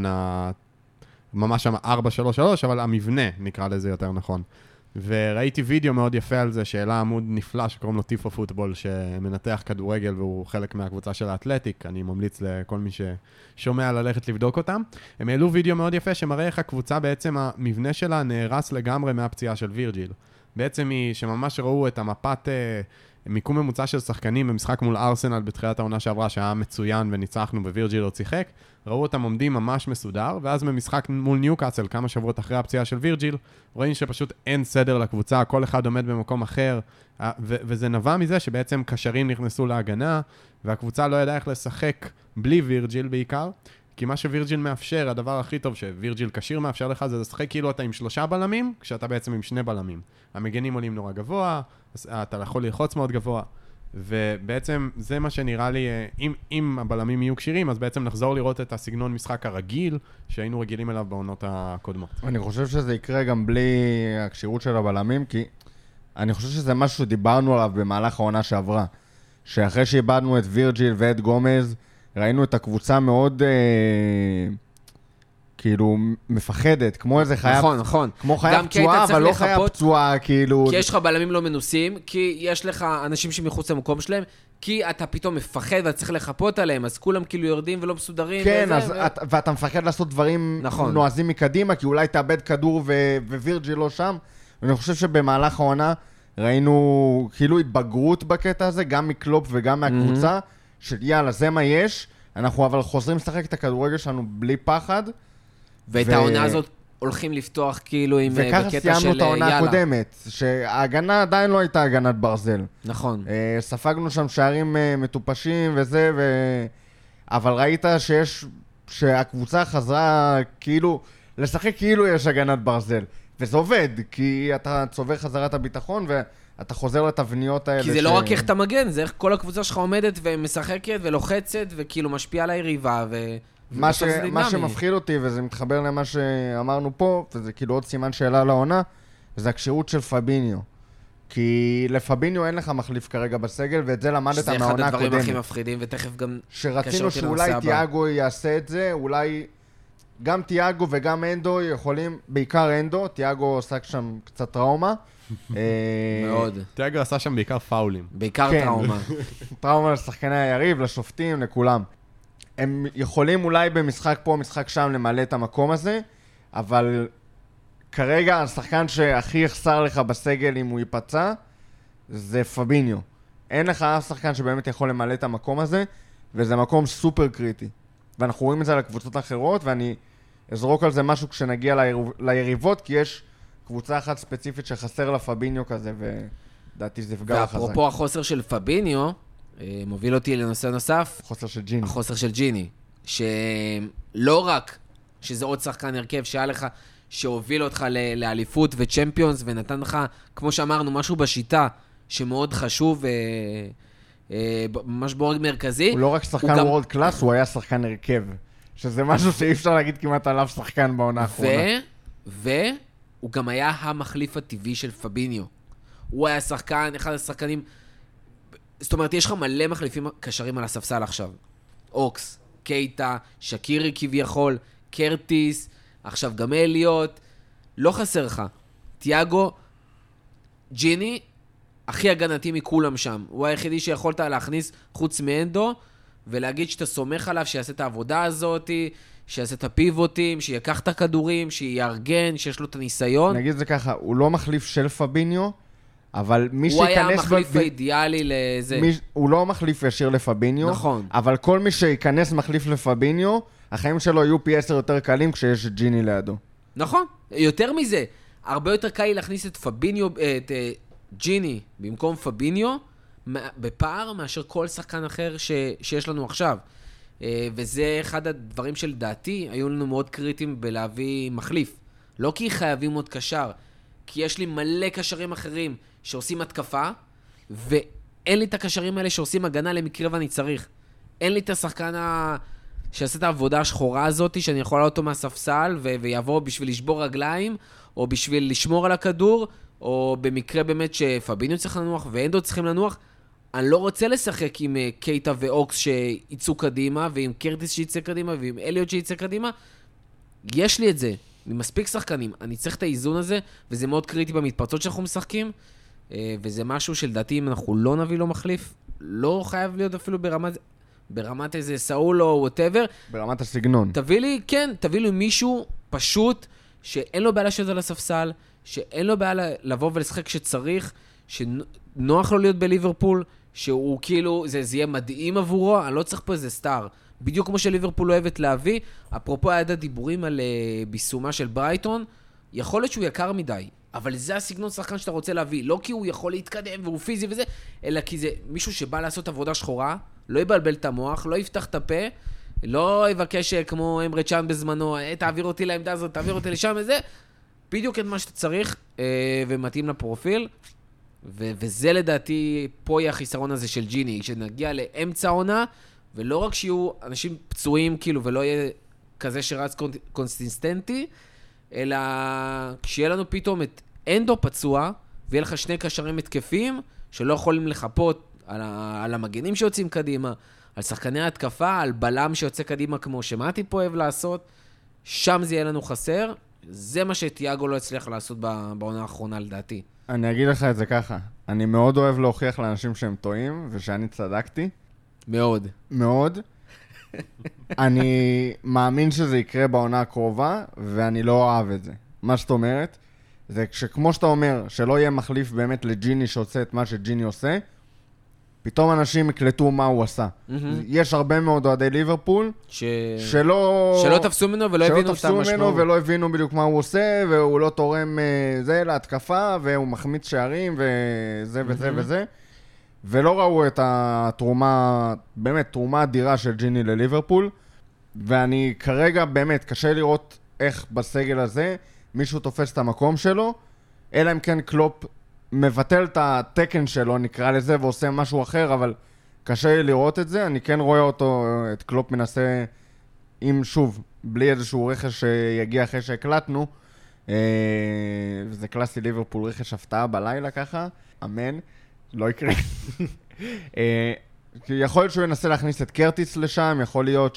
ממש שם 4-3-3, אבל המבנה נקרא לזה יותר נכון. וראיתי וידאו מאוד יפה על זה, שאלה עמוד נפלא שקוראים לו טיפו פוטבול, שמנתח כדורגל והוא חלק מהקבוצה של האתלטיק, אני ממליץ לכל מי ששומע ללכת לבדוק אותם. הם העלו וידאו מאוד יפה שמראה איך הקבוצה בעצם המבנה שלה נהרס לגמרי מהפציעה של וירג'יל. בעצם היא שממש ראו את המפת מיקום ממוצע של שחקנים במשחק מול ארסנל בתחילת העונה שעברה, שהיה מצוין וניצחנו ווירג'יל לא שיחק, ראו אותם עומדים ממש מסודר, ואז במשחק מול ניוקאסל, כמה שבועות אחרי הפציעה של וירג'יל, רואים שפשוט אין סדר לקבוצה, כל אחד עומד במקום אחר, וזה נבע מזה שבעצם קשרים נכנסו להגנה, והקבוצה לא ידעה איך לשחק בלי וירג'יל בעיקר, כי מה שווירג'יל מאפשר, הדבר הכי טוב שווירג'יל קשיר מאפשר לך, זה לשחק כאילו אתה עם 3 בלמים, כשאתה בעצם עם 2 בלמים. המגנים עולים נורא גבוה, אתה יכול ללחוץ מאוד גבוה, ובעצם זה מה שנראה לי, אם הבלמים יהיו קשירים, אז בעצם נחזור לראות את הסגנון משחק הרגיל, שהיינו רגילים אליו בעונות הקודמות. אני חושב שזה יקרה גם בלי הקשירות של הבלמים, כי אני חושב שזה משהו שדיברנו עליו במהלך העונה שעברה, שאחרי שאיבדנו את וירג'יל ואת גומז, ראינו את הקבוצה מאוד כאילו מפחדת, כמו איזה חיה, נכון. כמו חיה פצועה, אבל לא חיה פצועה, כאילו... כי יש לך בלמים לא מנוסים, כי יש לך אנשים שמחוץ למקום שלהם, כי אתה פתאום מפחד ואתה צריך לחפות עליהם, אז כולם כאילו יורדים ולא מסודרים. כן, ואתה מפחד לעשות דברים נועזים מקדימה, כי אולי תאבד כדור ווירג'יל לא שם, ואני חושב שבמהלך העונה ראינו כאילו התבגרות בקטע הזה, גם מקלופ וגם מהקבוצה, של יאללה, זה מה יש, אנחנו אבל חוזרים לשחק את הכדורגל שלנו בלי פחד. ואת העונה הזאת הולכים לפתוח כאילו עם בקטע של יאללה. וככה סיימנו את העונה הקודמת, שההגנה עדיין לא הייתה הגנת ברזל. נכון. ספגנו שם שערים מטופשים וזה, אבל ראית שהקבוצה חזרה כאילו, לשחק כאילו יש הגנת ברזל. וזה עובד, כי אתה צובר חזרת הביטחון, ואתה חוזר לתבניות האלה. כי זה לא רק איך אתה מגן, זה איך כל הקבוצה שלך עומדת ומשחקת ולוחצת, וכאילו משפיעה על היריבה, מה שמפחיד אותי, וזה מתחבר למה שאמרנו פה, וזה כאילו עוד סימן שאלה לעונה, זה הקשירות של פביניו. כי לפביניו אין לך מחליף כרגע בסגל, ואת זה למדת מהעונה הקודמת. שזה אחד הדברים הכי מפחידים, ותכף גם שרצינו שאולי תיאגו יעשה את זה, אולי גם תיאגו וגם אנדו יכולים, בעיקר אנדו, תיאגו עושה שם קצת טראומה. מאוד. תיאגו עשה שם בעיקר פאולים. בעיקר טראומה. טראומה לשחקני היריב, לשופטים, לכולם. הם יכולים אולי במשחק פה, משחק שם, למלא את המקום הזה, אבל כרגע השחקן שהכי יחסר לך בסגל אם הוא ייפצע, זה פביניו. אין לך אף שחקן שבאמת יכול למלא את המקום הזה, וזה מקום סופר קריטי. ואנחנו רואים את זה לקבוצות האחרות, ואני אזרוק על זה משהו כשנגיע ליריבות, כי יש קבוצה אחת ספציפית שחסר לפביניו כזה, ודעתי שזה יפגע לך. ואפרופו החוסר של פביניו, מוביל אותי לנושא נוסף. החוסר של ג'יני. החוסר של ג'יני. שלא רק שזה עוד שחקן הרכב שהיה לך, שהוביל אותך לאליפות וצ'מפיונס, ונתן לך, כמו שאמרנו, משהו בשיטה שמאוד חשוב, ממש בורג מרכזי. הוא לא רק שחקן וורד קלאס, הוא היה שחקן הרכב. שזה משהו שאי אפשר להגיד כמעט עליו שחקן בעונה האחרונה. והוא גם היה המחליף הטבעי של פביניו. הוא היה שחקן, אחד השחקנים... זאת אומרת, יש לך מלא מחליפים קשרים על הספסל עכשיו. אוקס, קייטה, שקירי כביכול, קרטיס, עכשיו גם אליוט. לא חסר לך. תיאגו, ג'יני, הכי הגנתי מכולם שם. הוא היחידי שיכולת להכניס חוץ מאנדו, ולהגיד שאתה סומך עליו, שיעשה את העבודה הזאת, שיעשה את הפיבוטים, שיקח את הכדורים, שיארגן, שיש לו את הניסיון. נגיד זה ככה, הוא לא מחליף של פביניו, אבל מי שייכנס... הוא היה המחליף האידיאלי לזה. הוא לא מחליף ישיר לפביניו, נכון. אבל כל מי שייכנס מחליף לפביניו, החיים שלו יהיו פי 10 יותר קלים כשיש ג'יני לידו. נכון. יותר מזה, הרבה יותר קל להכניס את פביניו, את ג'יני במקום פביניו, בפער מאשר כל שחקן אחר שיש לנו עכשיו. וזה אחד הדברים שלדעתי היו לנו מאוד קריטיים בלהביא מחליף. לא כי חייבים עוד קשר, כי יש לי מלא קשרים אחרים שעושים התקפה, ואין לי את הקשרים האלה שעושים הגנה למקרה ואני צריך. אין לי את השחקן שעשה את העבודה השחורה הזאת, שאני יכול לעלות אותו מהספסל, ויבוא בשביל לשבור רגליים, או בשביל לשמור על הכדור, או במקרה באמת שפביניו צריך לנוח, ואנדו צריכים לנוח. אני לא רוצה לשחק עם קייטה ואוקס שיצאו קדימה, ועם קרטיס שיצא קדימה, ועם אליוט שיצא קדימה. יש לי את זה. ממספיק שחקנים. אני צריך את האיזון הזה, וזה מאוד קריטי במתפרצות שאנחנו משחקים, וזה משהו שלדעתי אם אנחנו לא נביא לו מחליף, לא חייב להיות אפילו ברמת איזה סאול או whatever. ברמת הסגנון. תביא לי מישהו פשוט, שאין לו בעיה לשבת על הספסל, שאין לו בעיה לבוא ולשחק שצריך, שנוח לו להיות בליברפול, שהוא כאילו, זה יהיה מדהים עבורו, אני לא צריך פה איזה סטאר. בדיוק כמו שליברפול אוהבת להביא, אפרופו היה הדיבורים על ביסומה של ברייטון, יכול להיות שהוא יקר מדי, אבל זה הסגנון שחקן שאתה רוצה להביא, לא כי הוא יכול להתקדם והוא פיזי וזה, אלא כי זה מישהו שבא לעשות עבודה שחורה, לא יבלבל את המוח, לא יפתח את הפה, לא יבקש כמו אמרה צ'אן בזמנו, תעביר אותי לעמדה הזאת, תעביר אותי לשם וזה, בדיוק את מה שאתה צריך ומתאים לפרופיל, וזה לדעתי פה יהיה החיסרון הזה של ג'יני, כשנגיע לאמצע עונה, ולא רק שיהיו אנשים פצועים כאילו, ולא יהיה כזה שרץ קונסיסטנטי, אלא כשיהיה לנו פתאום את אנדו פצוע, ויהיה לך שני קשרים התקפים, שלא יכולים לחפות על המגנים שיוצאים קדימה, על שחקני ההתקפה, על בלם שיוצא קדימה כמו שמעתי פה אוהב לעשות, שם זה יהיה לנו חסר, זה מה שתיאגו לא הצליח לעשות בעונה האחרונה לדעתי. אני אגיד לך את זה ככה, אני מאוד אוהב להוכיח לאנשים שהם טועים, ושאני צדקתי. מאוד. מאוד. אני מאמין שזה יקרה בעונה הקרובה, ואני לא אוהב את זה. מה שאת אומרת, זה שכמו שאתה אומר, שלא יהיה מחליף באמת לג'יני שעושה את מה שג'יני עושה, פתאום אנשים יקלטו מה הוא עשה. יש הרבה מאוד אוהדי ליברפול, שלא תפסו ממנו ולא הבינו את המשמעות. ולא הבינו בדיוק מה הוא עושה, והוא לא תורם זה להתקפה, והוא מחמיץ שערים, וזה וזה וזה. ולא ראו את התרומה, באמת תרומה אדירה של ג'יני לליברפול, ואני כרגע באמת קשה לראות איך בסגל הזה מישהו תופס את המקום שלו, אלא אם כן קלופ מבטל את התקן שלו, נקרא לזה, ועושה משהו אחר, אבל קשה לי לראות את זה. אני כן רואה אותו, את קלופ מנסה, אם שוב, בלי איזשהו רכש שיגיע אחרי שהקלטנו, וזה קלאסי ליברפול, רכש הפתעה בלילה ככה, אמן, לא יקרה. יכול להיות שהוא ינסה להכניס את קרטיס לשם, יכול להיות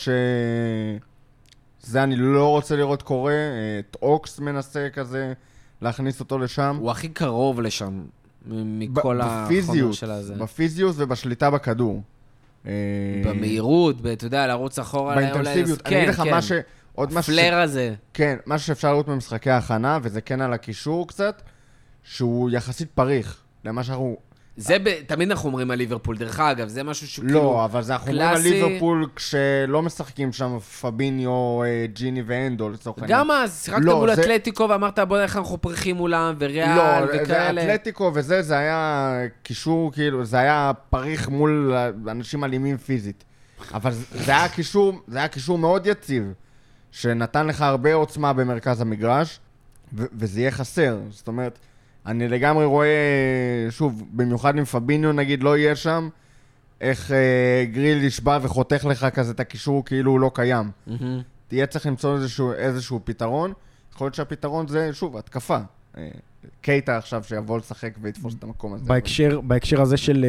זה אני לא רוצה לראות קורה, את אוקס מנסה כזה להכניס אותו לשם. הוא הכי קרוב לשם, מכל החומר של הזה. בפיזיות ובשליטה בכדור. במהירות, אתה יודע, לרוץ אחורה. באינטנסיביות. אני אגיד לך מה ש... הפלר הזה. כן, משהו שאפשר לראות במשחקי ההכנה, וזה כן על הקישור קצת, שהוא יחסית פריך למה שאנחנו... זה תמיד אנחנו אומרים על ליברפול, דרך אגב, זה משהו שהוא כאילו... לא, אבל זה אנחנו אומרים על ליברפול כשלא משחקים שם פביניו, ג'יני ואנדו, לצורך העניין. גם אז, שיחקת מול אתלטיקו ואמרת בוא נלך אנחנו פריחים מולם, וריאל וכאלה. לא, אתלטיקו וזה, זה היה קישור, כאילו, זה היה פריך מול אנשים אלימים פיזית. אבל זה היה קישור מאוד יציב, שנתן לך הרבה עוצמה במרכז המגרש, וזה יהיה חסר. זאת אומרת, אני לגמרי רואה, שוב, במיוחד עם פביניו נגיד לא יהיה שם, איך גריל ישבע וחותך לך כזה את הקישור כאילו הוא לא קיים. תהיה צריך למצוא איזשהו פתרון. יכול להיות שהפתרון זה, שוב, התקפה. קייטה עכשיו שיבוא לשחק ויתפוס את המקום הזה. בהקשר הזה של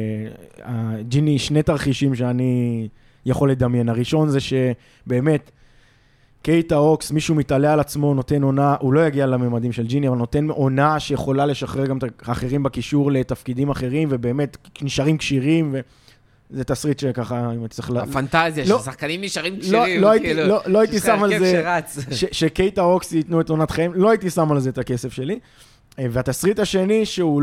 ג'יני, שני תרחישים שאני יכול לדמיין. הראשון זה שבאמת, קייטה אוקס, מישהו מתעלה על עצמו, נותן עונה, הוא לא יגיע לממדים של ג'יני, אבל נותן עונה שיכולה לשחרר גם את האחרים בקישור לתפקידים אחרים, ובאמת נשארים קשירים, וזה תסריט שככה, אם צריך... הפנטזיה, ששחקנים נשארים קשירים, לא הייתי שם על זה, שקייטה אוקס ייתנו את עונת חיים, לא הייתי שם על זה את הכסף שלי. והתסריט השני, שהוא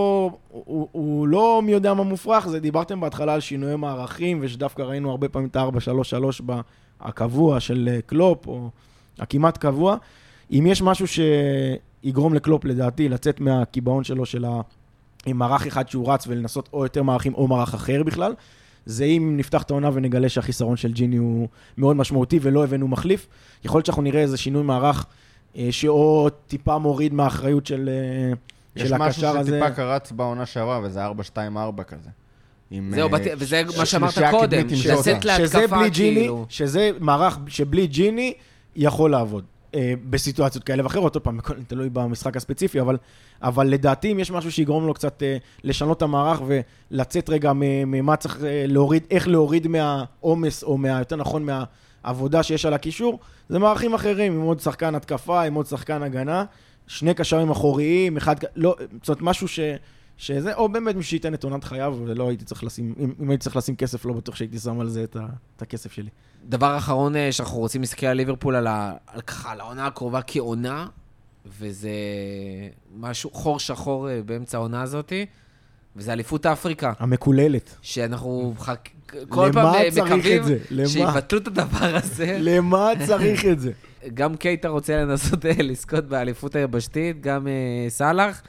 לא מי יודע מה מופרך, זה דיברתם בהתחלה על שינויי מערכים, ושדווקא ראינו הרבה פעמים את ה-4-3-3 הקבוע של קלופ, או הכמעט קבוע. אם יש משהו שיגרום לקלופ, לדעתי, לצאת מהקיבעון שלו, עם מערך אחד שהוא רץ, ולנסות או יותר מערכים או מערך אחר בכלל, זה אם נפתח את העונה ונגלה שהחיסרון של ג'יני הוא מאוד משמעותי, ולא הבאנו מחליף. יכול להיות שאנחנו נראה איזה שינוי מערך, שאו טיפה מוריד מהאחריות של הקשר הזה. יש משהו שטיפה קרץ בעונה שעברה, וזה 4-2-4 כזה. זהו, וזה מה שאמרת קודם, לצאת להתקפה כאילו. שזה מערך שבלי ג'יני יכול לעבוד. בסיטואציות כאלה ואחרות, עוד פעם, תלוי במשחק הספציפי, אבל לדעתי אם יש משהו שיגרום לו קצת לשנות את המערך ולצאת רגע ממה צריך להוריד, איך להוריד מהעומס או יותר נכון מהעבודה שיש על הקישור, זה מערכים אחרים, עם עוד שחקן התקפה, עם עוד שחקן הגנה, שני קשרים אחוריים, אחד, לא, זאת אומרת משהו שזה, או באמת מי שייתן את עונת חייו, ולא הייתי צריך לשים, אם הייתי צריך לשים כסף, לא בטוח שהייתי שם על זה את הכסף שלי. דבר אחרון שאנחנו רוצים להסתכל על ליברפול, על העונה הקרובה כעונה, וזה משהו חור שחור באמצע העונה הזאת, וזה אליפות אפריקה. המקוללת. שאנחנו כל פעם מקווים שיבטלו את הדבר הזה. למה צריך את זה? גם קייטה רוצה לנסות לזכות באליפות היבשתית, גם סלאח.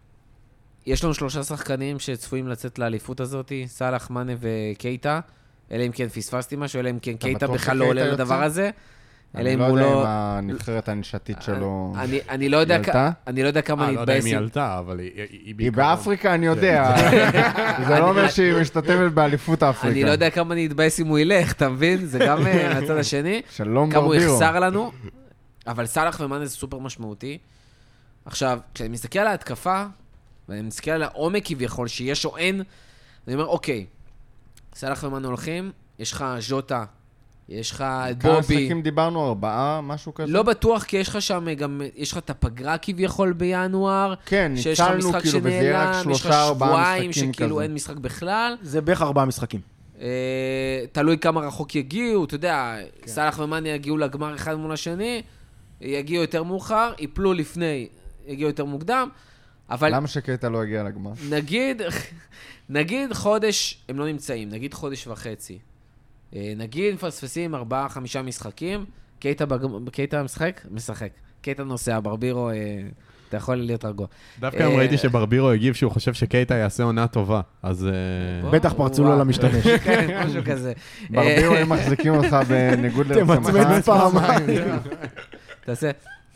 יש לנו 3 שחקנים שצפויים לצאת לאליפות הזאת, סלאח, מאנה וקייטה. אלא אם כן פספסתי משהו, אלא אם כן קייטה בכלל לא עולה לדבר הזה. אני לא יודע אם הנבחרת הנשתית שלו אני לא יודע כמה לא יודע אם היא עלתה, אבל היא באפריקה, אני יודע. זה לא אומר שהיא משתתפת באליפות אפריקה. אני לא יודע כמה אני אתבאס אם הוא ילך, אתה מבין? זה גם מהצד השני. שלום כמה הוא ברבירו. יחסר לנו. אבל סלאח ומאנה זה סופר משמעותי. עכשיו, כשאני מסתכל על ההתקפה, ואני מסתכל על העומק כביכול, שיש או אין, אני אומר, אוקיי, סלאח ומאנה הולכים, יש לך ז'וטה, יש לך את בובי. כמה משחקים דיברנו? 4, משהו כזה? לא בטוח, כי יש לך שם גם, יש לך את הפגרה כביכול בינואר. כן, ניצלנו כאילו, וזה רק 3-4 משחקים כזה. שבועיים שכאילו אין משחק בכלל. זה בערך 4 משחקים. תלוי כמה רחוק יגיעו, אתה יודע, סלאח ומאנה יגיעו לגמר אחד מול השני, יגיעו יותר מאוחר, יפלו לפני, יגיעו יותר מוקדם, אבל... למה שקייטה לא הגיע לגמר? נגיד חודש, הם לא נמצאים, נגיד חודש וחצי. נגיד מפספסים 4-5 משחקים, קייטה משחק? משחק. קייטה נוסע, ברבירו, אתה יכול להיות רגוע. דווקא גם ראיתי שברבירו הגיב שהוא חושב שקייטה יעשה עונה טובה, אז... בטח פרצו לו למשתמש. כן, משהו כזה. ברבירו הם מחזיקים אותך בניגוד לרצונך. תמצמץ פעמיים. תעשה.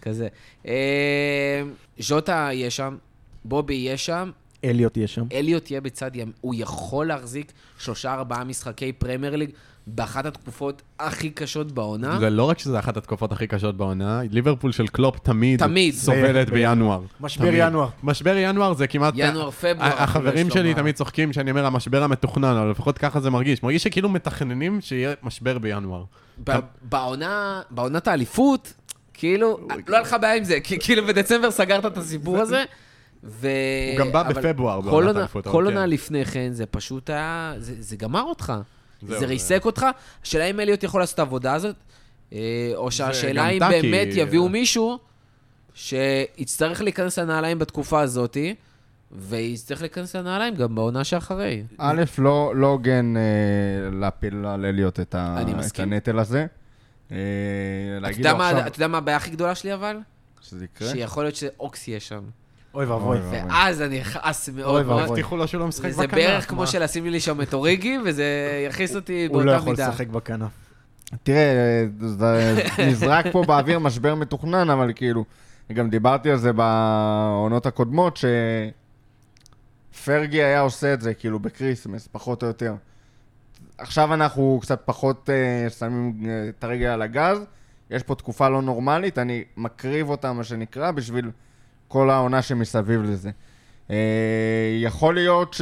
כזה. ז'וטה יהיה שם, בובי יהיה שם, אליוט יהיה שם. אליוט יהיה בצד ימין, הוא יכול להחזיק 3-4 משחקי פרמייר ליג באחת התקופות הכי קשות בעונה. זה לא רק שזה אחת התקופות הכי קשות בעונה, ליברפול של קלופ תמיד סובלת בינואר. משבר ינואר. משבר ינואר זה כמעט... ינואר, פברואר. החברים שלי תמיד צוחקים שאני אומר המשבר המתוכנן, אבל לפחות ככה זה מרגיש. מרגיש שכאילו מתכננים שיהיה משבר בינואר. בעונת האליפות, כאילו, לא היה לך בעיה עם זה, כאילו בדצמבר סגרת את הסיפור הזה. הוא גם בא בפברואר בעונת האליפות. כל עונה לפני כן, זה פשוט היה, זה גמר אותך. זה ריסק אותך. השאלה אם אליוט יכול לעשות את העבודה הזאת, או שהשאלה אם באמת יביאו מישהו שיצטרך להיכנס לנעליים בתקופה הזאת, ויצטרך להיכנס לנעליים גם בעונה שאחרי. א', לא הוגן להפיל על אליוט את הנטל הזה. אתה יודע מה הבעיה הכי גדולה שלי אבל? שזה יקרה? שיכול להיות שאוקס יהיה שם. אוי ואבוי. ואז אני אכעס מאוד. הבטיחו לו שהוא לא משחק בכנף. זה בערך כמו שלשים לי שם את אוריגי, וזה יכניס אותי באותה מידה. הוא לא יכול לשחק בכנף. תראה, נזרק פה באוויר משבר מתוכנן, אבל כאילו, גם דיברתי על זה בעונות הקודמות, שפרגי היה עושה את זה, כאילו, בקריסמס, פחות או יותר. עכשיו אנחנו קצת פחות שמים את הרגל על הגז, יש פה תקופה לא נורמלית, אני מקריב אותה, מה שנקרא, בשביל כל העונה שמסביב לזה. יכול להיות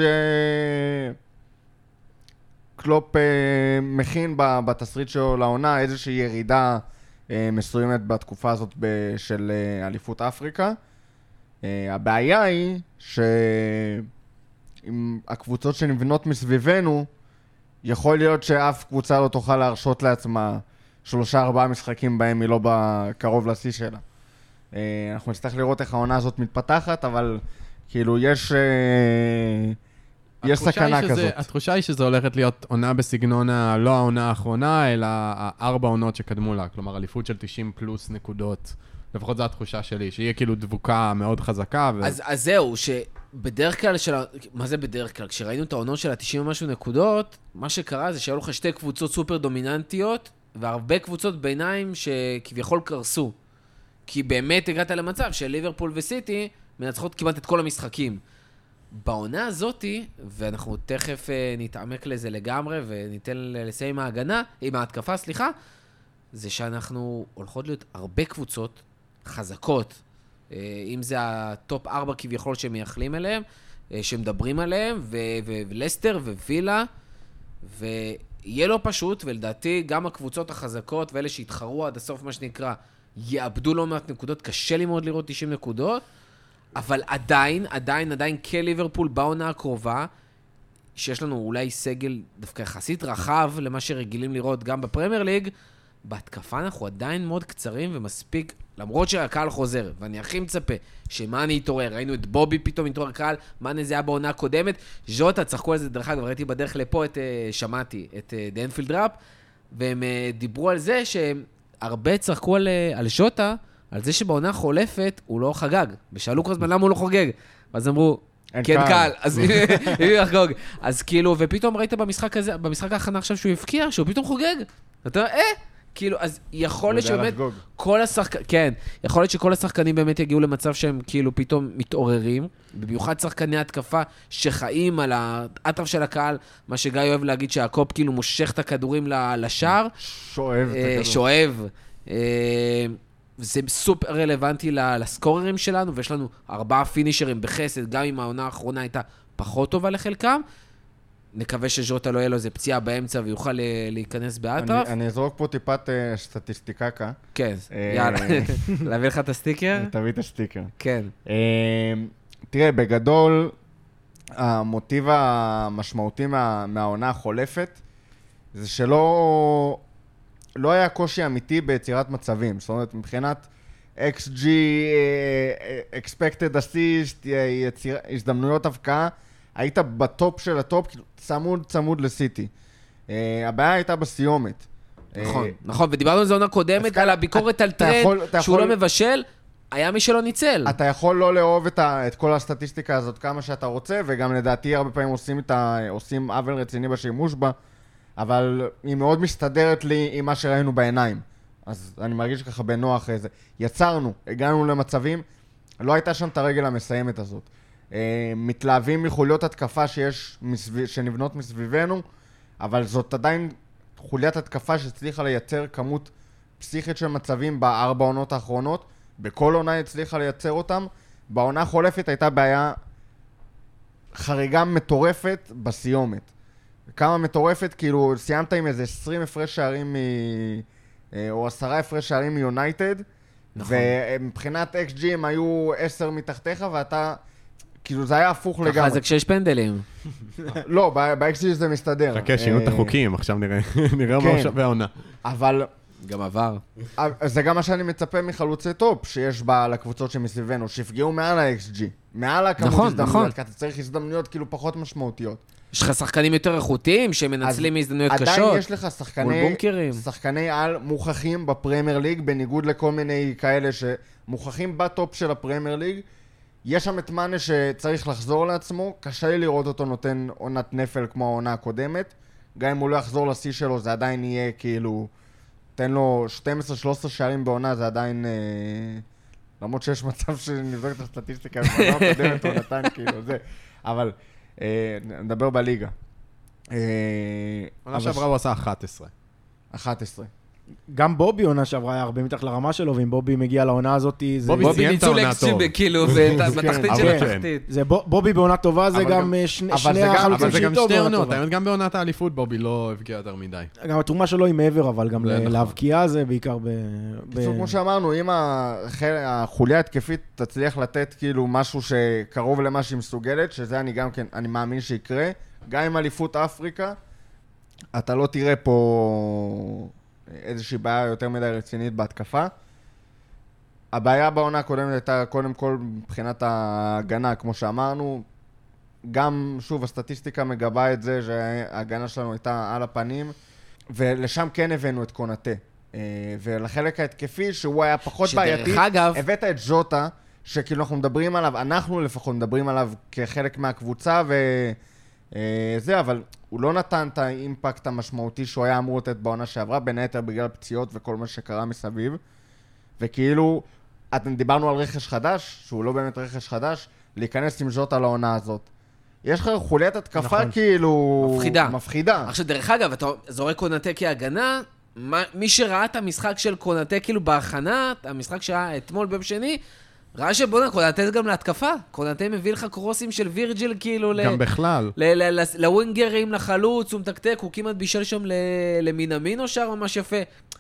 שקלופ מכין בתסריט שלו לעונה איזושהי ירידה מסוימת בתקופה הזאת של אליפות אפריקה. הבעיה היא שעם הקבוצות שנבנות מסביבנו, יכול להיות שאף קבוצה לא תוכל להרשות לעצמה 3-4 משחקים בהם היא לא קרוב לשיא שלה. אנחנו נצטרך לראות איך העונה הזאת מתפתחת, אבל כאילו יש סכנה כזאת. התחושה היא שזה הולכת להיות עונה בסגנון לא העונה האחרונה, אלא 4 עונות שקדמו לה. כלומר, אליפות של 90 פלוס נקודות. לפחות זו התחושה שלי, שיהיה כאילו דבוקה מאוד חזקה. אז זהו, שבדרך כלל, מה זה בדרך כלל? כשראינו את העונות של ה-90 ומשהו נקודות, מה שקרה זה שהיו לך 2 קבוצות סופר דומיננטיות, והרבה קבוצות ביניים שכביכול קרסו. כי באמת הגעת למצב של ליברפול וסיטי מנצחות כמעט את כל המשחקים. בעונה הזאת, ואנחנו תכף נתעמק לזה לגמרי, וניתן לסיים עם ההתקפה, זה שאנחנו הולכות להיות הרבה קבוצות חזקות, אם זה הטופ 4 כביכול שמייחלים אליהם, שמדברים עליהם, ולסטר ווילה, ויהיה לא פשוט, ולדעתי גם הקבוצות החזקות ואלה שהתחרו עד הסוף, מה שנקרא, יאבדו לא מעט נקודות, קשה לי מאוד לראות 90 נקודות, אבל עדיין כליברפול בעונה הקרובה, שיש לנו אולי סגל דווקא יחסית רחב למה שרגילים לראות גם בפרמייר ליג, בהתקפה אנחנו עדיין מאוד קצרים ומספיק, למרות שהקהל חוזר, ואני הכי מצפה שמאני יתעורר, ראינו את בובי פתאום יתעורר קהל, מאני זה היה בעונה הקודמת, ז'וטה, צחקו על זה דרך אגב, ראיתי בדרך לפה שמעתי את דנפילד ראפ, והם דיברו על זה שהרבה צחקו על ז'וטה, על זה שבעונה חולפת הוא לא חגג, ושאלו כל הזמן למה הוא לא חוגג, ואז אמרו, כן קהל, אז הוא יחגוג, אז כאילו, ופתאום ראית במשחק הזה, במשחק ההכנה עכשיו שהוא הפקיע, שהוא פתאום חוגג, אתה אומר, כאילו, אז יכול להיות שבאמת כל השחקנים, כן, יכול להיות שכל השחקנים באמת יגיעו למצב שהם כאילו פתאום מתעוררים, במיוחד שחקני התקפה שחיים על האטרף של הקהל, מה שגיא אוהב להגיד שהקופ כאילו מושך את הכדורים לשער. שואב. זה סופר רלוונטי לסקוררים שלנו, ויש לנו 4 פינישרים בחסד, גם אם העונה האחרונה הייתה פחות טובה לחלקם. נקווה שז'וטה לא יהיה לו איזה פציעה באמצע ויוכל להיכנס באטרף. אני אזרוק פה טיפת סטטיסטיקה. כן, יאללה. להביא לך את הסטיקר? תביא את הסטיקר. כן. תראה, בגדול, המוטיב המשמעותי מהעונה החולפת, זה שלא היה קושי אמיתי ביצירת מצבים. זאת אומרת, מבחינת XG, expected assist, הזדמנויות הבקעה, היית בטופ של הטופ, צמוד לסיטי. הבעיה הייתה בסיומת. נכון, ודיברנו על זה עונה קודמת, על הביקורת על טרד, שהוא לא מבשל, היה מי שלא ניצל. אתה יכול לא לאהוב את כל הסטטיסטיקה הזאת כמה שאתה רוצה, וגם לדעתי הרבה פעמים עושים עוול רציני בשימוש בה, אבל היא מאוד מסתדרת לי עם מה שראינו בעיניים. אז אני מרגיש ככה בנוח, יצרנו, הגענו למצבים, לא הייתה שם את הרגל המסיימת הזאת. מתלהבים מחוליות התקפה שנבנות מסביבנו, אבל זאת עדיין חוליית התקפה שהצליחה לייצר כמות פסיכית של מצבים בארבע עונות האחרונות, בכל עונה הצליחה לייצר אותם. בעונה החולפת הייתה בעיה חריגה מטורפת בסיומת. כמה מטורפת, כאילו סיימת עם איזה 20 הפרש שערים או 10 הפרש שערים מיונייטד, נכון. ומבחינת XG הם היו 10 מתחתיך, ואתה, כאילו זה היה הפוך לגמרי. ככה זה כשיש פנדלים. לא, ב-XG זה מסתדר. חכה, שינו את החוקים, עכשיו נראה מה שווה העונה. אבל גם עבר. זה גם מה שאני מצפה מחלוצי טופ שיש לקבוצות שמסביבנו, שיפגעו מעל ה-XG, מעל הכמות הזדמנויות, כי אתה צריך הזדמנויות כאילו פחות משמעותיות. יש לך שחקנים יותר איכותיים שמנצלים מהזדמנויות קשות. עדיין יש לך שחקני על מוכחים בפרמייר ליג, בניגוד לכל מיני כאלה שמוכחים בטופ של הפרמייר ליג. יש שם את מאנה שצריך לחזור לעצמו, קשה לי לראות אותו נותן עונת נפל כמו העונה הקודמת. גם אם הוא לא יחזור לשיא שלו, זה עדיין יהיה כאילו, תן לו 12-13 שערים בעונה, זה עדיין, למרות שיש מצב שנבדוק את הסטטיסטיקה, בעונה הקודמת הוא נתן כאילו זה, אבל נדבר בליגה. עונה שעברה הוא עשה 11. 11. גם בובי עונה שעברה היה הרבה מתחת לרמה שלו, ואם בובי מגיע לעונה הזאת, זה... בובי ניצול אקסטים כאילו, בתחתית של התחתית. בובי בעונה טובה זה גם שני החלוצים זה גם שאיתו שתי בעונה עונות, טובה. האמת גם בעונת האליפות בובי לא הבקיע יותר מדי. גם התרומה שלו היא מעבר, אבל גם להבקיע זה בעיקר כמו שאמרנו, אם החוליה התקפית תצליח לתת כאילו משהו שקרוב למה שהיא מסוגלת, שזה אני גם כן, אני מאמין שיקרה, גם עם אליפות אפריקה, אתה לא תראה פה איזושהי בעיה יותר מדי רצינית בהתקפה. הבעיה בעונה הקודמת הייתה קודם כל מבחינת ההגנה, כמו שאמרנו. גם, שוב, הסטטיסטיקה מגבה את זה שההגנה שלנו הייתה על הפנים, ולשם כן הבאנו את קונאטה. ולחלק ההתקפי, שהוא היה פחות בעייתי, הבאת את ז'וטה, שכאילו אנחנו מדברים עליו, אנחנו לפחות מדברים עליו כחלק מהקבוצה, וזה, אבל הוא לא נתן את האימפקט המשמעותי שהוא היה אמור לתת בעונה שעברה, בין היתר בגלל פציעות וכל מה שקרה מסביב. וכאילו, דיברנו על רכש חדש, שהוא לא באמת רכש חדש, להיכנס עם ז'וטה לעונה הזאת. יש לך חוליית התקפה נכון. כאילו... מפחידה. עכשיו, דרך אגב, אתה זורק קונאטה כהגנה, מי שראה את המשחק של קונאטה כאילו בהכנה, המשחק שהיה אתמול ביום שני, ראה שבונה, קונאטה זה גם להתקפה. קונאטה מביא לך קרוסים של וירג'יל כאילו גם בכלל. לווינגרים, לחלוץ, הוא מתקתק, הוא כמעט בישל שם למינמינו שר ממש יפה.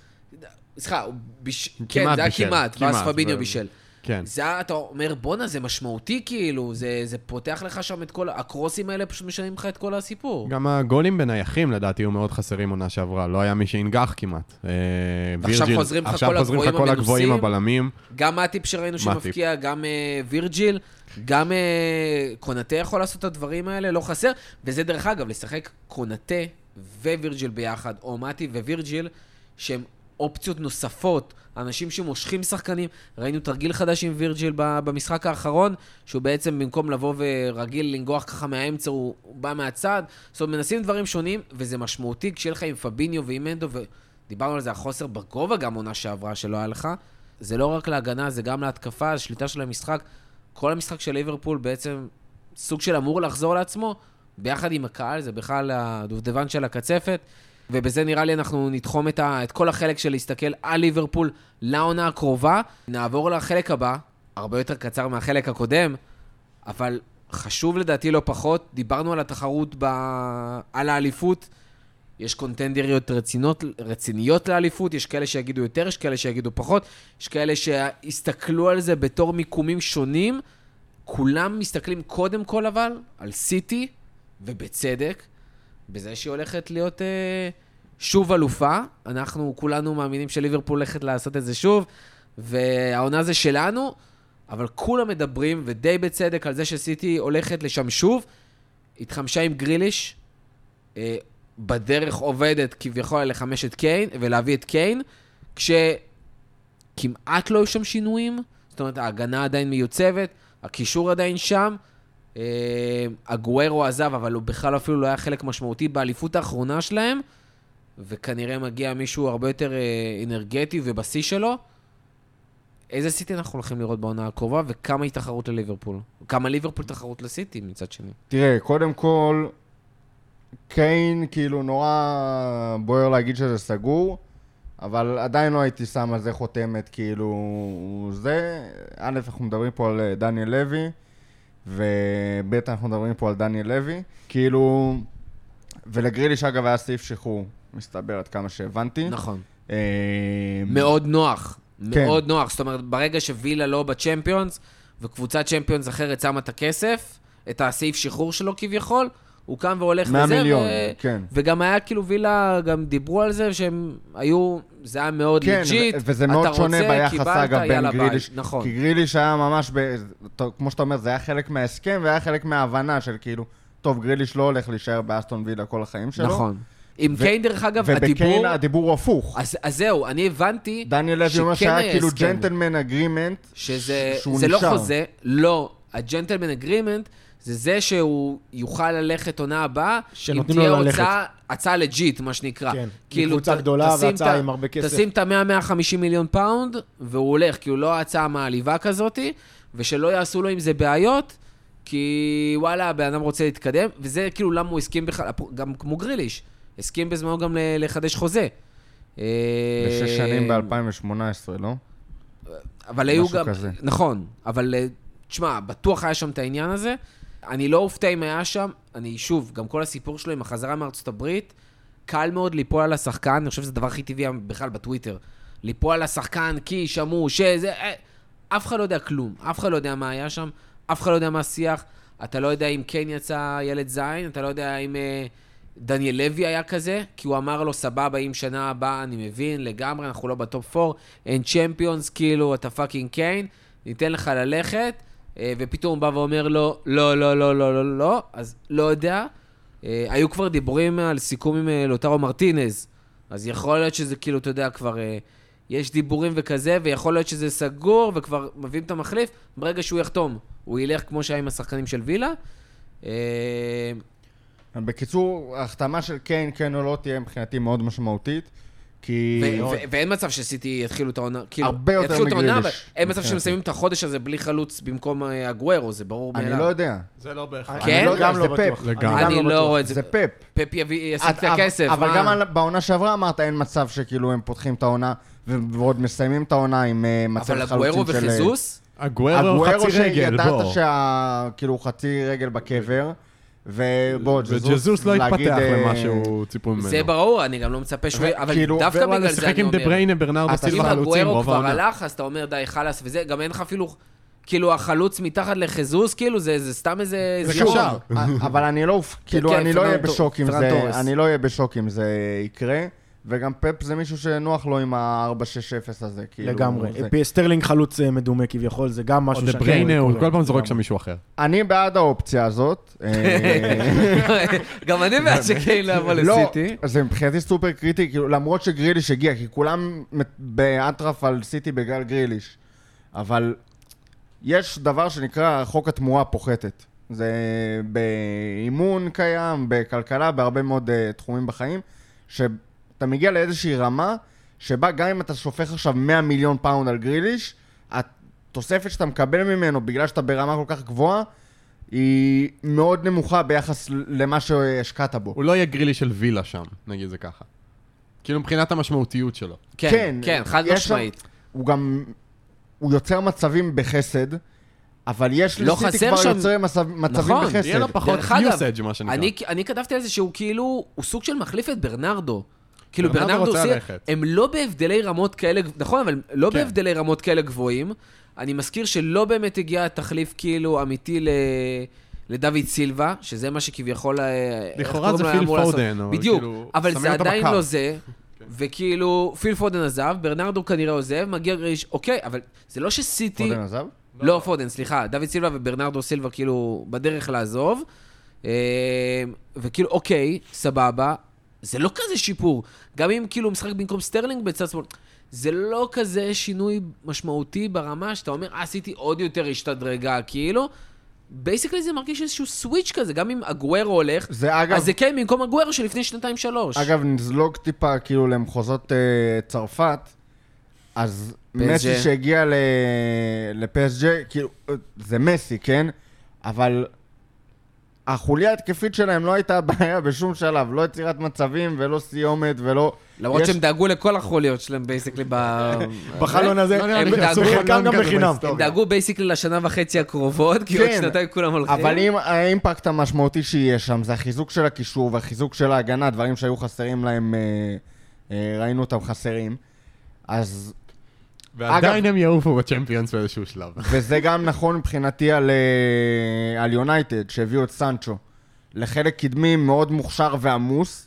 סליחה, כן, זה היה כמעט, ואז פביניו בישל. כן. זה, אתה אומר, בונה, זה משמעותי כאילו, זה פותח לך שם את כל, הקרוסים האלה פשוט משנים לך את כל הסיפור. גם הגולים בנייחים, לדעתי, היו מאוד חסרים עונה שעברה, לא היה מי שינגח כמעט. עכשיו חוזרים לך כל הגבוהים הבלמים. גם מאטיפ שראינו שמפקיע, גם וירג'יל, גם קונאטה יכול לעשות את הדברים האלה, לא חסר, וזה דרך אגב, לשחק קונאטה ווירג'יל ביחד, או מאטיפ ווירג'יל, שהם אופציות נוספות, אנשים שמושכים שחקנים, ראינו תרגיל חדש עם וירג'יל במשחק האחרון, שהוא בעצם במקום לבוא ורגיל לנגוח ככה מהאמצע, הוא בא מהצד, זאת אומרת, מנסים דברים שונים, וזה משמעותי כשיהיה לך עם פביניו ועם אנדו, ודיברנו על זה, החוסר בגובה גם עונה שעברה שלא היה לך, זה לא רק להגנה, זה גם להתקפה, השליטה של המשחק, כל המשחק של ליברפול בעצם סוג של אמור לחזור לעצמו, ביחד עם הקהל, זה בכלל הדובדבן של הקצפת, ובזה נראה לי אנחנו נתחום את כל החלק של להסתכל על ליברפול לעונה הקרובה. נעבור לחלק הבא, הרבה יותר קצר מהחלק הקודם, אבל חשוב לדעתי לא פחות. דיברנו על התחרות על האליפות. יש קונטנדריות רציניות לאליפות, יש כאלה שיגידו יותר, יש כאלה שיגידו פחות, יש כאלה שיסתכלו על זה בתור מיקומים שונים. כולם מסתכלים קודם כל אבל על סיטי, ובצדק. בזה שהיא הולכת להיות שוב אלופה. אנחנו כולנו מאמינים שליברפול הולכת לעשות את זה שוב, והעונה זה שלנו, אבל כולם מדברים, ודי בצדק, על זה שסיטי הולכת לשם שוב, התחמשה עם גריליש, בדרך עובדת כביכול לחמש את קיין, ולהביא את קיין, כשכמעט לא היו שם שינויים, זאת אומרת, ההגנה עדיין מיוצבת, הקישור עדיין שם, אגוארו עזב, אבל הוא בכלל אפילו לא היה חלק משמעותי באליפות האחרונה שלהם, וכנראה מגיע מישהו הרבה יותר אנרגטי ובשיא שלו, איזה סיטי אנחנו הולכים לראות בעונה הקרובה, וכמה היא תחרות לליברפול? כמה ליברפול תחרות לסיטי מצד שני? תראה, קודם כל, קיין כאילו נורא בוער להגיד שזה סגור, אבל עדיין לא הייתי שם על זה חותמת, כאילו זה, א', אנחנו מדברים פה על דניאל לוי, וב' אנחנו מדברים פה על דניאל לוי, כאילו, ולגריליש אגב היה סעיף שחרור, מסתבר עד כמה שהבנתי. נכון. מאוד נוח. מאוד נוח. זאת אומרת, ברגע שווילה לא בצ'מפיונס, וקבוצת צ'מפיונס אחרת שמה את הכסף, את הסעיף שחרור שלו כביכול, הוא קם והולך וזה. 100 מיליון, כן. וגם היה כאילו וילה, גם דיברו על זה, שהם היו, זה היה מאוד לג'יט. וזה מאוד שונה ביחס אגב בין גריליש. נכון. כי גריליש היה ממש, כמו שאתה אומר, זה היה חלק מההסכם, והיה חלק מההבנה של כאילו, טוב, גריליש לא הולך להישאר באסטון וילה כל החיים שלו. נכון. עם קיין דרך אגב, ובקיין הדיבור הוא הפוך. אז זהו, אני הבנתי דניאל לוי אומר שהיה כאילו ג'נטלמן אגרימנט שהוא זה לא נשאר. חוזה, לא. הג'נטלמן אגרימנט זה שהוא יוכל ללכת עונה הבאה, אם תהיה הצעה לג'יט, מה שנקרא. כן, קבוצה גדולה והצעה עם הרבה כסף. תשים את ה-100-150 מיליון פאונד, והוא הולך, כי הוא לא הצעה מעליבה כזאת, ושלא יעשו לו עם זה בעיות, כי וואלה, הבן אדם רוצה להתקדם, וזה כאילו למה הוא הסכים בכלל, גם כמו גריליש. הסכים בזמנו גם לחדש חוזה. ל6 שנים ב-2018, לא? אבל היו גם... כזה. נכון, אבל תשמע, בטוח היה שם את העניין הזה. אני לא אופתע אם היה שם, אני שוב, גם כל הסיפור שלו עם החזרה מארצות הברית, קל מאוד ליפול על השחקן, אני חושב שזה דבר הכי טבעי בכלל בטוויטר. ליפול על השחקן, כי שמעו, שזה... אף אחד לא יודע כלום, אף אחד לא יודע מה היה שם, אף אחד לא יודע מה השיח, אתה לא יודע אם כן יצא ילד זין, אתה לא יודע אם... דניאל לוי היה כזה, כי הוא אמר לו, סבבה, אם שנה הבאה, אני מבין, לגמרי, אנחנו לא בטופ 4, אין צ'מפיונס, כאילו, אתה פאקינג קיין, ניתן לך ללכת, ופתאום הוא בא ואומר לו, לא, לא, לא, לא, לא, לא, אז לא יודע. היו כבר דיבורים על סיכום עם לוטרו מרטינז, אז יכול להיות שזה כאילו, אתה יודע, כבר יש דיבורים וכזה, ויכול להיות שזה סגור, וכבר מביאים את המחליף, ברגע שהוא יחתום, הוא ילך כמו שהיה עם השחקנים של וילה. בקיצור, ההחתמה של קיין, כן או לא, תהיה מבחינתי מאוד משמעותית, כי... ואין מצב שסיטי יתחילו את העונה, הרבה יותר מגריליש. אין מצב שמסיימים את החודש הזה בלי חלוץ במקום הגוארו, זה ברור מאליו. אני לא יודע. זה לא בהכרח. כן? גם לא בטוח. אני לא רואה את זה. זה פפ. פפ ישים את הכסף. אבל גם בעונה שעברה אמרת, אין מצב שכאילו הם פותחים את העונה, ועוד מסיימים את העונה עם מצב חלוצים של... אבל הגוארו וחיזוס? הגוארו חצי רגל, בוא. שידעת כאילו חצי רגל בקבר. ובוא, ג'זוס לא התפתח למה שהוא ציפו ממנו. זה ברור, אני גם לא מצפה שהוא... אבל דווקא בגלל זה אני אומר... עם דה בריינה, ברנרדו סילבה חלוצים, אם הגוארו כבר הלך, אז אתה אומר די חלס וזה, גם אין לך אפילו... כאילו החלוץ מתחת לחיזוס, כאילו זה סתם איזה... זה קשר. אבל אני לא... כאילו אני לא אהיה בשוק אם זה... אני לא אהיה בשוק אם זה יקרה. וגם פפ זה מישהו שנוח לו עם ה-4-6-0 הזה. לגמרי. סטרלינג חלוץ מדומה כביכול, זה גם משהו דה בריינה, הוא כל פעם זורק שם מישהו אחר. אני בעד האופציה הזאת. גם אני בעד שקיין לעבור לסיטי. לא, זה מבחינתי סופר קריטי, למרות שגריליש הגיע, כי כולם באטרף על סיטי בגלל גריליש. אבל יש דבר שנקרא חוק התמורה פוחתת. זה באימון קיים, בכלכלה, בהרבה מאוד תחומים בחיים, אתה מגיע לאיזושהי רמה, שבה גם אם אתה שופך עכשיו 100 מיליון פאונד על גריליש, התוספת שאתה מקבל ממנו, בגלל שאתה ברמה כל כך גבוהה, היא מאוד נמוכה ביחס למה שהשקעת בו. הוא לא יהיה גריליש של וילה שם, נגיד זה ככה. כאילו מבחינת המשמעותיות שלו. כן, כן, חד משמעית. הוא גם, הוא יוצר מצבים בחסד, אבל יש לסיטי כבר יוצר מצבים בחסד. יהיה לו פחות usage, מה שנקרא. אני כתבתי על זה שהוא כאילו, הוא סוג של מחליף את ברנרדו. כאילו ברנרדו הם לא בהבדלי רמות כאלה, נכון, אבל לא בהבדלי רמות כאלה גבוהים. אני מזכיר שלא באמת הגיע התחליף כאילו אמיתי לדוד סילבה, שזה מה שכביכול... לכאורה זה פיל פודן. בדיוק, אבל זה עדיין לא זה. וכאילו, פיל פודן עזב, ברנרדו כנראה עוזב, מגיע גריליש, אוקיי, אבל זה לא שסיטי... פודן עזב? לא פודן, סליחה, דוד סילבה וברנרדו סילבה כאילו בדרך לעזוב, וכאילו, אוקיי, סבבה, זה לא כזה שיפור. גם אם כאילו משחק במקום סטרלינג בצד שמאל, זה לא כזה שינוי משמעותי ברמה שאתה אומר, עשיתי עוד יותר השתדרגה, כאילו. בייסיקלי זה מרגיש איזשהו סוויץ' כזה, גם אם אגוארו הולך, זה אז זה כן במקום אגוארו שלפני 2-3. אגב, נזלוג טיפה כאילו למחוזות צרפת, אז מסי שהגיע ל-PSG, כאילו, זה מסי, כן? אבל החוליה התקפית שלהם לא הייתה בעיה בשום שלב, לא יצירת מצבים ולא סיומת ולא... למרות שהם דאגו לכל החוליות שלהם בייסיקלי בחלון הזה, הם דאגו חלקם גם בחינם. הם דאגו בייסיקלי לשנה וחצי הקרובות, כי עוד שנתיים כולם הולכים. אבל אם האימפקט המשמעותי שיהיה שם, זה החיזוק של הקישור והחיזוק של ההגנה, דברים שהיו חסרים להם, ראינו אותם חסרים, אז... ועדיין הם יעופו בצ'מפיונס באיזשהו שלב. וזה גם נכון מבחינתי על יונייטד, שהביאו את סנצ'ו, לחלק קדמי מאוד מוכשר ועמוס,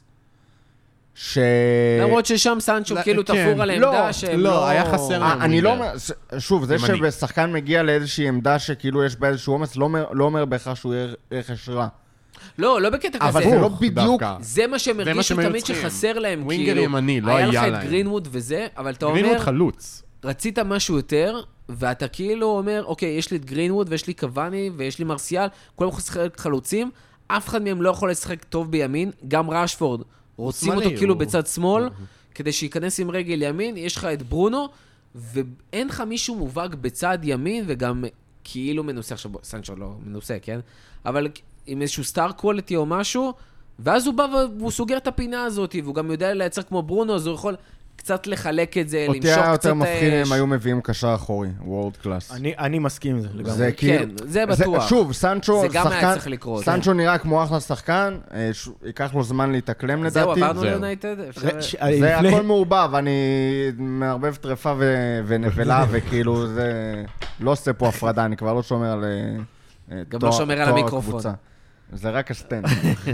למרות ששם סנצ'ו כאילו תפור על העמדה שהם לא, היה חסר להם. אני לא אומר, שוב, זה שבשחקן מגיע לאיזושהי עמדה שכאילו יש בה איזשהו עומס, לא אומר בהכרח שהוא יהיה רכש רע. לא בקטע כזה. אבל זה לא בדיוק... זה מה שהם הרגישו תמיד שחסר להם, ווינגר ימני, לא היה להם. היה לך את גרינווד וזה, אבל אתה אומר... גרינווד חלוץ. רצית משהו יותר, ואתה כאילו אומר, אוקיי, יש לי את גרינווד, ויש לי קוואני, ויש לי מרסיאל, כולם יכולים לשחק חלוצים, אף אחד מהם לא יכול לשחק טוב בימין, גם רשפורד, רוצים אותו כאילו בצד שמאל, כדי שייכנס עם רגל ימין, יש לך את ברונו, ואין לך מישהו מובהק בצד ימין, וגם כאילו מנוסה, עכשיו סנצ'ו לא מנוסה, כן? אבל עם איזשהו סטאר קואליטי או משהו, ואז הוא בא והוא סוגר את הפינה הזאת, והוא גם יודע לייצר כמו ברונו, אז הוא יכול... קצת לחלק את זה, למשוך קצת... אותי יותר מפחיד הם היו מביאים קשר אחורי, וורד קלאס. אני מסכים עם זה לגמרי. כן, זה בטוח. שוב, סנצ'ו, זה גם היה צריך לקרות. סנצ'ו נראה כמו אחלה שחקן, ייקח לו זמן להתאקלם לדעתי. זהו, עברנו ליונייטד? זה הכל מעובב, אני מערבב טרפה ונבלה, וכאילו זה... לא עושה פה הפרדה, אני כבר לא שומר על... גם לא שומר על המיקרופון. זה רק הסטנד.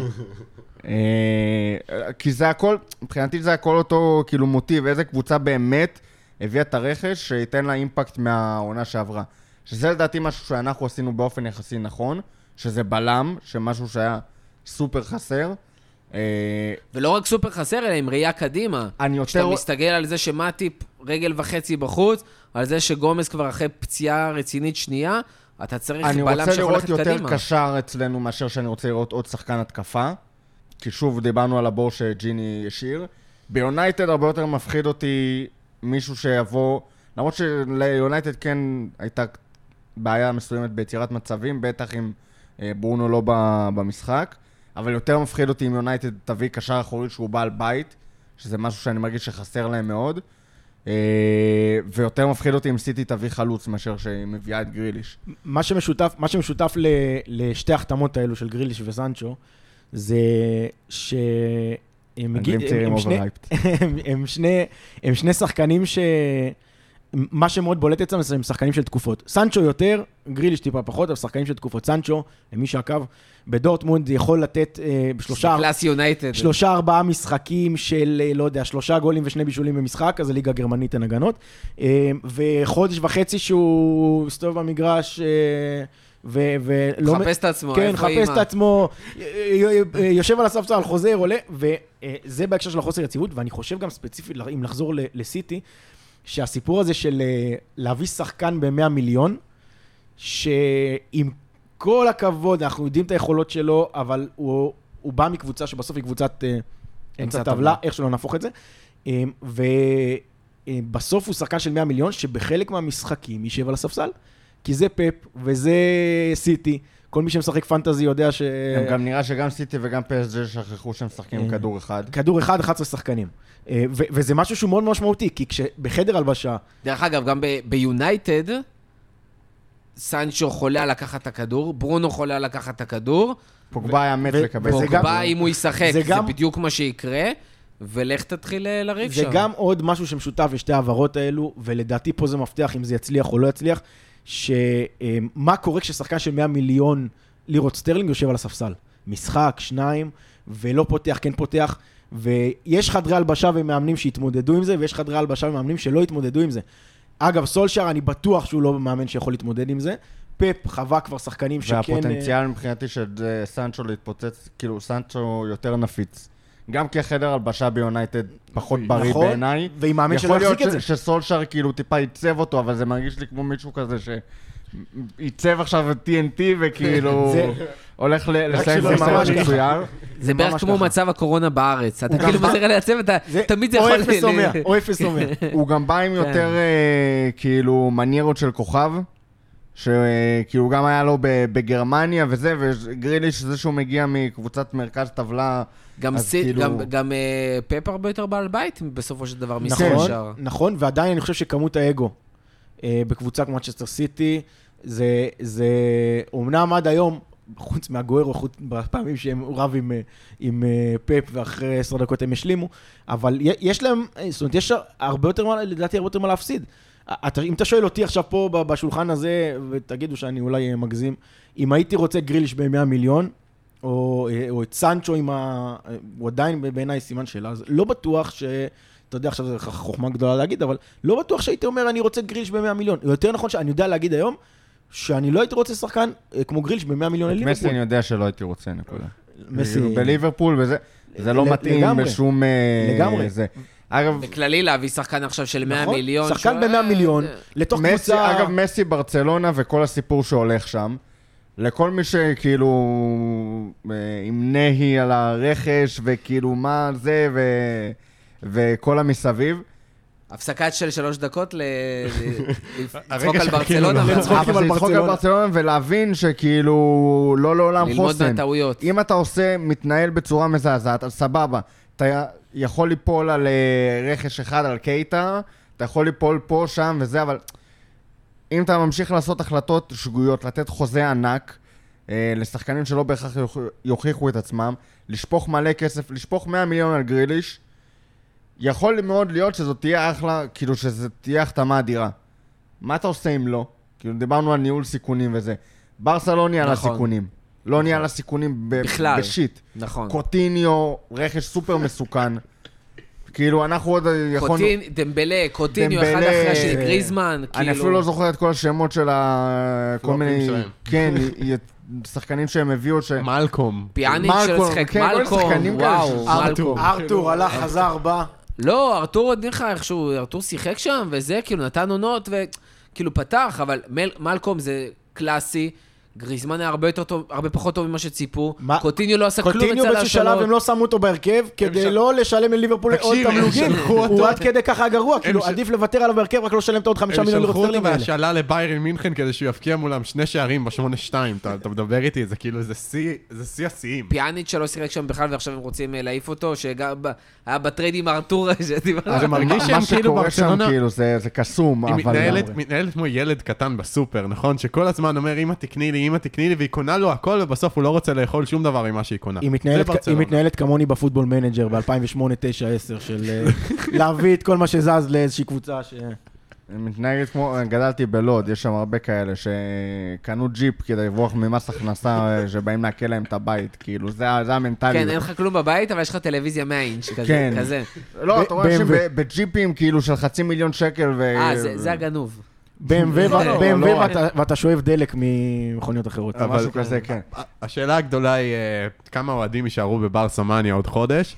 כי זה הכל, מבחינתי זה הכל אותו כאילו מוטיב, איזה קבוצה באמת הביאה את הרכש שייתן לה אימפקט מהעונה שעברה. שזה לדעתי משהו שאנחנו עשינו באופן יחסי נכון, שזה בלם, שמשהו שהיה סופר חסר. ולא רק סופר חסר, אלא עם ראייה קדימה. שאתה מסתגל על זה שמטיפ רגל וחצי בחוץ, על זה שגומס כבר אחרי פציעה רצינית שנייה, אתה צריך בלם שהולכת קדימה. אני רוצה לראות יותר קשר אצלנו מאשר שאני רוצה לראות עוד שחקן התקפה. כי שוב דיברנו על הבור שג'יני ישיר. ביונייטד הרבה יותר מפחיד אותי מישהו שיבוא, למרות שליונייטד כן הייתה בעיה מסוימת ביצירת מצבים, בטח אם ברונו לא במשחק, אבל יותר מפחיד אותי אם יונייטד תביא קשר אחורי שהוא בעל בית, שזה משהו שאני מרגיש שחסר להם מאוד, ויותר מפחיד אותי אם סיטי תביא חלוץ מאשר שהיא מביאה את גריליש. מה שמשותף לשתי החתמות האלו של גריליש וסנצ'ו, זה הם שני שחקנים מה שמאוד בולט אצלם זה הם שחקנים של תקופות. סנצ'ו יותר, גריליש טיפה פחות, אבל שחקנים של תקופות. סנצ'ו, למי שעקב, בדורטמונד יכול לתת 3-4 משחקים של, לא יודע, 3 גולים ו2 בישולים במשחק, אז זה ליגה גרמנית אין הגנות. וחודש וחצי שהוא מסתובב במגרש... חפש את עצמו, כן, חפש את עצמו, יושב על הספסל, חוזר, עולה, וזה בהקשר של החוסר יציבות, ואני חושב גם ספציפית, אם לחזור לסיטי, שהסיפור הזה של להביא שחקן ב100 מיליון, שעם כל הכבוד, אנחנו יודעים את היכולות שלו, אבל הוא בא מקבוצה שבסוף היא קבוצת אמצע טבלה, איך שלא נהפוך את זה, ובסוף הוא שחקן של 100 מיליון, שבחלק מהמשחקים יישב על הספסל, כי זה פפ וזה סיטי, כל מי שמשחק פנטזי יודע ש... הם גם נראה שגם סיטי וגם PSG שכחו שהם משחקים כדור אחד. כדור אחד, 11 שחקנים. וזה משהו שהוא מאוד משמעותי, כי כשבחדר הלבשה... דרך אגב, גם ביונייטד, סנצ'ו חולה לקחת את הכדור, ברונו חולה לקחת את הכדור. פוגבה היה מת לקבל. פוגבה, אם הוא ישחק, זה בדיוק מה שיקרה, ולך תתחיל לריב שם. זה גם עוד משהו שמשותף לשתי העברות האלו, ולדעתי פה זה מפתח אם זה יצליח או לא יצליח, שמה קורה כששחקן של 100 מיליון לירות סטרלינג יושב על הספסל? משחק, 2, ולא פותח, כן פותח, ויש חדרי הלבשה ומאמנים שהתמודדו עם זה, ויש חדרי הלבשה ומאמנים שלא התמודדו עם זה. אגב, סולשר, אני בטוח שהוא לא מאמן שיכול להתמודד עם זה. פפ חווה כבר שחקנים שכן... והפוטנציאל מבחינתי של סנצ'ו להתפוצץ, כאילו סנצ'ו יותר נפיץ. גם כי החדר הלבשה ביונייטד פחות בריא בעיניי. ועם מאמן שלא יחזיק את זה. יכול להיות שסולשר כאילו טיפה ייצב אותו, אבל זה מרגיש לי כמו מישהו כזה ייצב עכשיו TNT וכאילו הולך לסיים שלא סרט ממש מצויר. זה בערך כמו מצב הקורונה בארץ. אתה כאילו מזהיר לייצב, תמיד זה יכול... או אפס או 100. הוא גם בא עם יותר כאילו מניירות של כוכב, שכאילו גם היה לו בגרמניה וזה, וגריליש זה שהוא מגיע מקבוצת מרכז טבלה. גם פפ הרבה יותר בעל בית בסופו של דבר. נכון, ועדיין אני חושב שכמות האגו בקבוצה כמו מצ'סטר סיטי, זה אומנם עד היום, חוץ מהגוארו, חוץ בפעמים שהם רב עם פפ ואחרי 10 דקות הם השלימו, אבל יש להם, זאת אומרת, יש הרבה יותר, לדעתי הרבה יותר מה להפסיד. אם אתה שואל אותי עכשיו פה בשולחן הזה, ותגידו שאני אולי מגזים, אם הייתי רוצה גריליש ב100 מיליון, או את סנצ'ו הוא עדיין בעיניי סימן שאלה, אז לא בטוח אתה יודע, עכשיו זו חוכמה גדולה להגיד, אבל לא בטוח שהייתי אומר, אני רוצה גריליש ב100 מיליון. יותר נכון שאני יודע להגיד היום, שאני לא הייתי רוצה שחקן כמו גריליש ב100 מיליון לליברפול. מסי אני יודע שלא הייתי רוצה, נקודה. בליברפול, וזה לא מתאים בשום... לגמרי. בכללי להביא שחקן עכשיו של 100 מיליון. שחקן ב100 מיליון, לתוך קבוצה... אגב, מסי ברצלונה וכל הסיפור שהולך שם, לכל מי שכאילו עם נהי על הרכש וכאילו מה זה וכל המסביב. הפסקת של 3 דקות לצחוק על ברצלונה. לצחוק על ברצלונה ולהבין שכאילו לא לעולם חוסן. ללמוד מהטעויות. אם אתה מתנהל בצורה מזעזעת, אז סבבה. אתה יכול ליפול על רכש אחד, על קייטה, אתה יכול ליפול פה, שם וזה, אבל אם אתה ממשיך לעשות החלטות שגויות, לתת חוזה ענק לשחקנים שלא בהכרח יוכיחו את עצמם, לשפוך מלא כסף, לשפוך 100 מיליון על גריליש, יכול מאוד להיות שזאת תהיה אחלה, כאילו שזאת תהיה החתמה אדירה. מה אתה עושה אם לא? כאילו דיברנו על ניהול סיכונים וזה. ברסה לא נהיה לסיכונים. לא נהיה לסיכונים בשיט. נכון. קוטיניו, רכש סופר מסוכן. כאילו אנחנו עוד יכולנו... דמבלה, קוטיניו, אחד אחרי השני, גריזמן, אני אפילו לא זוכר את כל השמות של כל מיני... כן, שחקנים שהם הביאו ש... מלקום. פיאניץ' שלא שחק, מלקום, וואו, ארתור הלך, חזר, בא. לא, ארתור עוד נראה איכשהו, ארתור שיחק שם, וזה כאילו נתן עונות וכאילו פתח, אבל מלקום זה קלאסי, גריזמן היה הרבה פחות טוב ממה שציפו, קוטיניו לא עשה כלום אצל קוטיניו באיזשהו שלב הם לא שמו אותו בהרכב, כדי לא לשלם לליברפול עוד תמלוגים, הוא עד כדי ככה גרוע, כאילו עדיף לוותר עליו בהרכב, רק לא לשלם את עוד 5 מיליון לירות סטרלינג האלה. הם שלחו אותו והשאלה לביירן מינכן כדי שהוא יפקיע מולם 2 שערים ב8-2, אתה מדבר איתי, זה כאילו, זה שיא השיאים. פיאניץ' שלא שיחק שם בכלל ועכשיו הם רוצים להעיף אותו, שגם היה בטרייד עם ארתור, זה מרגיש שהם כאילו ברצלונה, זה קסום, אבל מתנהלת כמו ילד קטן בסופר, נכון? שכל הזמן אומר, אמא תקני לי, והיא קונה לו הכל, ובסוף הוא לא רוצה לאכול שום דבר ממה שהיא קונה. היא מתנהלת כמוני בפוטבול מנג'ר ב-2008, 9, 10, של להביא את כל מה שזז לאיזושהי קבוצה ש... היא מתנהגת כמו, גדלתי בלוד, יש שם הרבה כאלה שקנו ג'יפ כדי לברוח ממס הכנסה שבאים להקל להם את הבית, כאילו, זה המנטליות. כן, אין לך כלום בבית, אבל יש לך טלוויזיה 100 אינץ' כזה. לא, אתה רואה שבג'יפים כאילו של 500,000 שקל ו... זה הגנוב. BMW ואתה שואב דלק ממכוניות אחרות. משהו כזה, כן. השאלה הגדולה היא, כמה אוהדים יישארו בברסה מניה עוד חודש?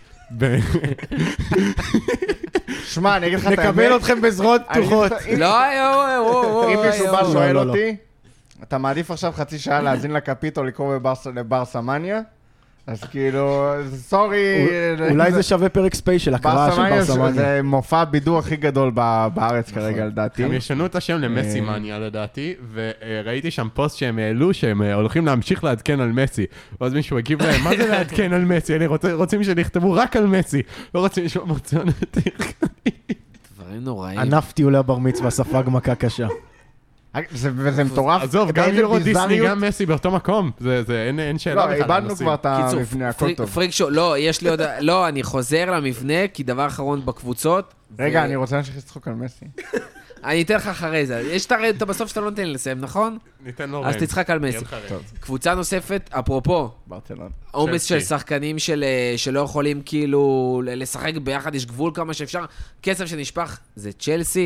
שמע, אני אגיד לך את האמת. נקבל אתכם בזרועות פתוחות. אם מישהו בא שואל אותי, אתה מעדיף עכשיו חצי שעה להזין לכפית או לקרוא ברסה מניה? אז כאילו, סורי. אולי זה שווה פרק ספיישל, הקראה של ברסה מניה. זה מופע בידור הכי גדול בארץ כרגע, לדעתי. הם ישנו את השם למסי מניה, לדעתי, וראיתי שם פוסט שהם העלו, שהם הולכים להמשיך לעדכן על מסי. ואז מישהו הגיב להם, מה זה לעדכן על מסי? אלה רוצים שנכתבו רק על מסי. לא רוצים לשמוע מרצונות. דברים נוראים. ענפתי עולה בר מצווה, ספג מכה קשה. וזה מטורף. עזוב, גם יורו דיסני, גם מסי באותו מקום. זה אין שאלה בכלל. לא, איבדנו כבר את המבנה, הכל טוב. פריק שואו, לא, יש לי עוד... לא, אני חוזר למבנה, כי דבר אחרון בקבוצות... רגע, אני רוצה להמשיך לצחוק על מסי. אני אתן לך אחרי זה. יש את בסוף שאתה לא נותן לי לסיים, נכון? ניתן לו אז תצחק על מסי. קבוצה נוספת, אפרופו, עומס של שחקנים שלא יכולים כאילו לשחק ביחד, יש גבול כמה שאפשר. כסף שנשפך זה צ'לסי.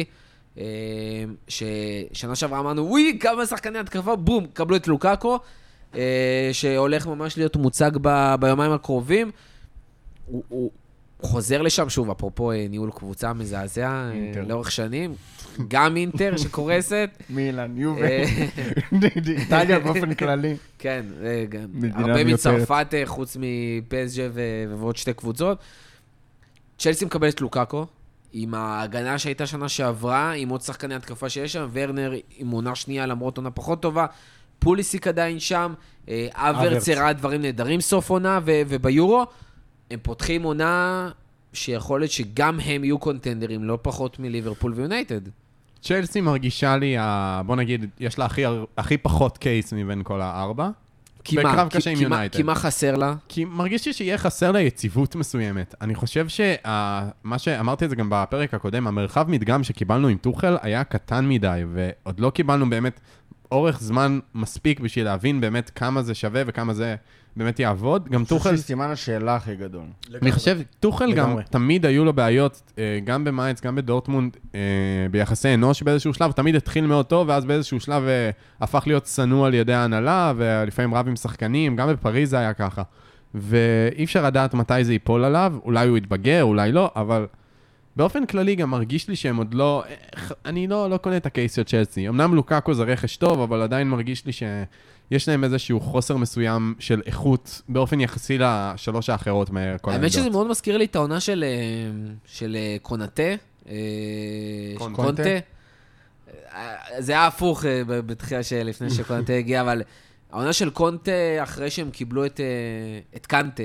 ששנה שעברה אמרנו, וואי, כמה שחקני התקפה, בום, קבלו את לוקאקו, שהולך ממש להיות מוצג ביומיים הקרובים. הוא חוזר לשם, שוב, אפרופו ניהול קבוצה מזעזע לאורך שנים, גם אינטר שקורסת. מילאן, יובל, איטליה באופן כללי. כן, הרבה מצרפת חוץ מפסג'ה ועוד שתי קבוצות. צ'לסי מקבלת לוקאקו, עם ההגנה שהייתה שנה שעברה, עם עוד שחקני התקפה שיש שם, ורנר עם עונה שנייה למרות עונה פחות טובה, פוליסיק עדיין שם, אברץ הראה דברים נהדרים סוף עונה וביורו, הם פותחים עונה שיכול להיות שגם הם יהיו קונטנדרים, לא פחות מליברפול ויונייטד. צ'לסי מרגישה לי, בוא נגיד, יש לה הכי פחות קייס מבין כל הארבע. בקרב קשה עם יונייטד. כי מה חסר לה? כי מרגיש לי שיהיה חסר לה יציבות מסוימת. אני חושב מה שאמרתי את זה גם בפרק הקודם, המרחב מדגם שקיבלנו עם טוחל היה קטן מדי, ועוד לא קיבלנו באמת אורך זמן מספיק בשביל להבין באמת כמה זה שווה וכמה זה באמת יעבוד. גם טוחל... אני חושב שסימן השאלה הכי גדול. אני חושב, טוחל גם תמיד היו לו בעיות, גם במייץ, גם בדורטמונד, ביחסי אנוש באיזשהו שלב, תמיד התחיל מאוד טוב, ואז באיזשהו שלב הפך להיות צנוע על ידי ההנהלה, ולפעמים רב עם שחקנים, גם בפריז זה היה ככה. ואי אפשר לדעת מתי זה ייפול עליו, אולי הוא יתבגר, אולי לא, אבל באופן כללי גם מרגיש לי שהם עוד לא, אני לא קונה את הקייס של צ'לסי. אמנם לוקאקו זה רכש טוב, אבל עדיין מרגיש לי שיש להם איזשהו חוסר מסוים של איכות באופן יחסי לשלוש האחרות מכל העמדות. האמת שזה מאוד מזכיר לי את העונה של קונטה. קונטה. זה היה הפוך בתחילה לפני שקונטה הגיע, אבל העונה של קונטה אחרי שהם קיבלו את קנטה.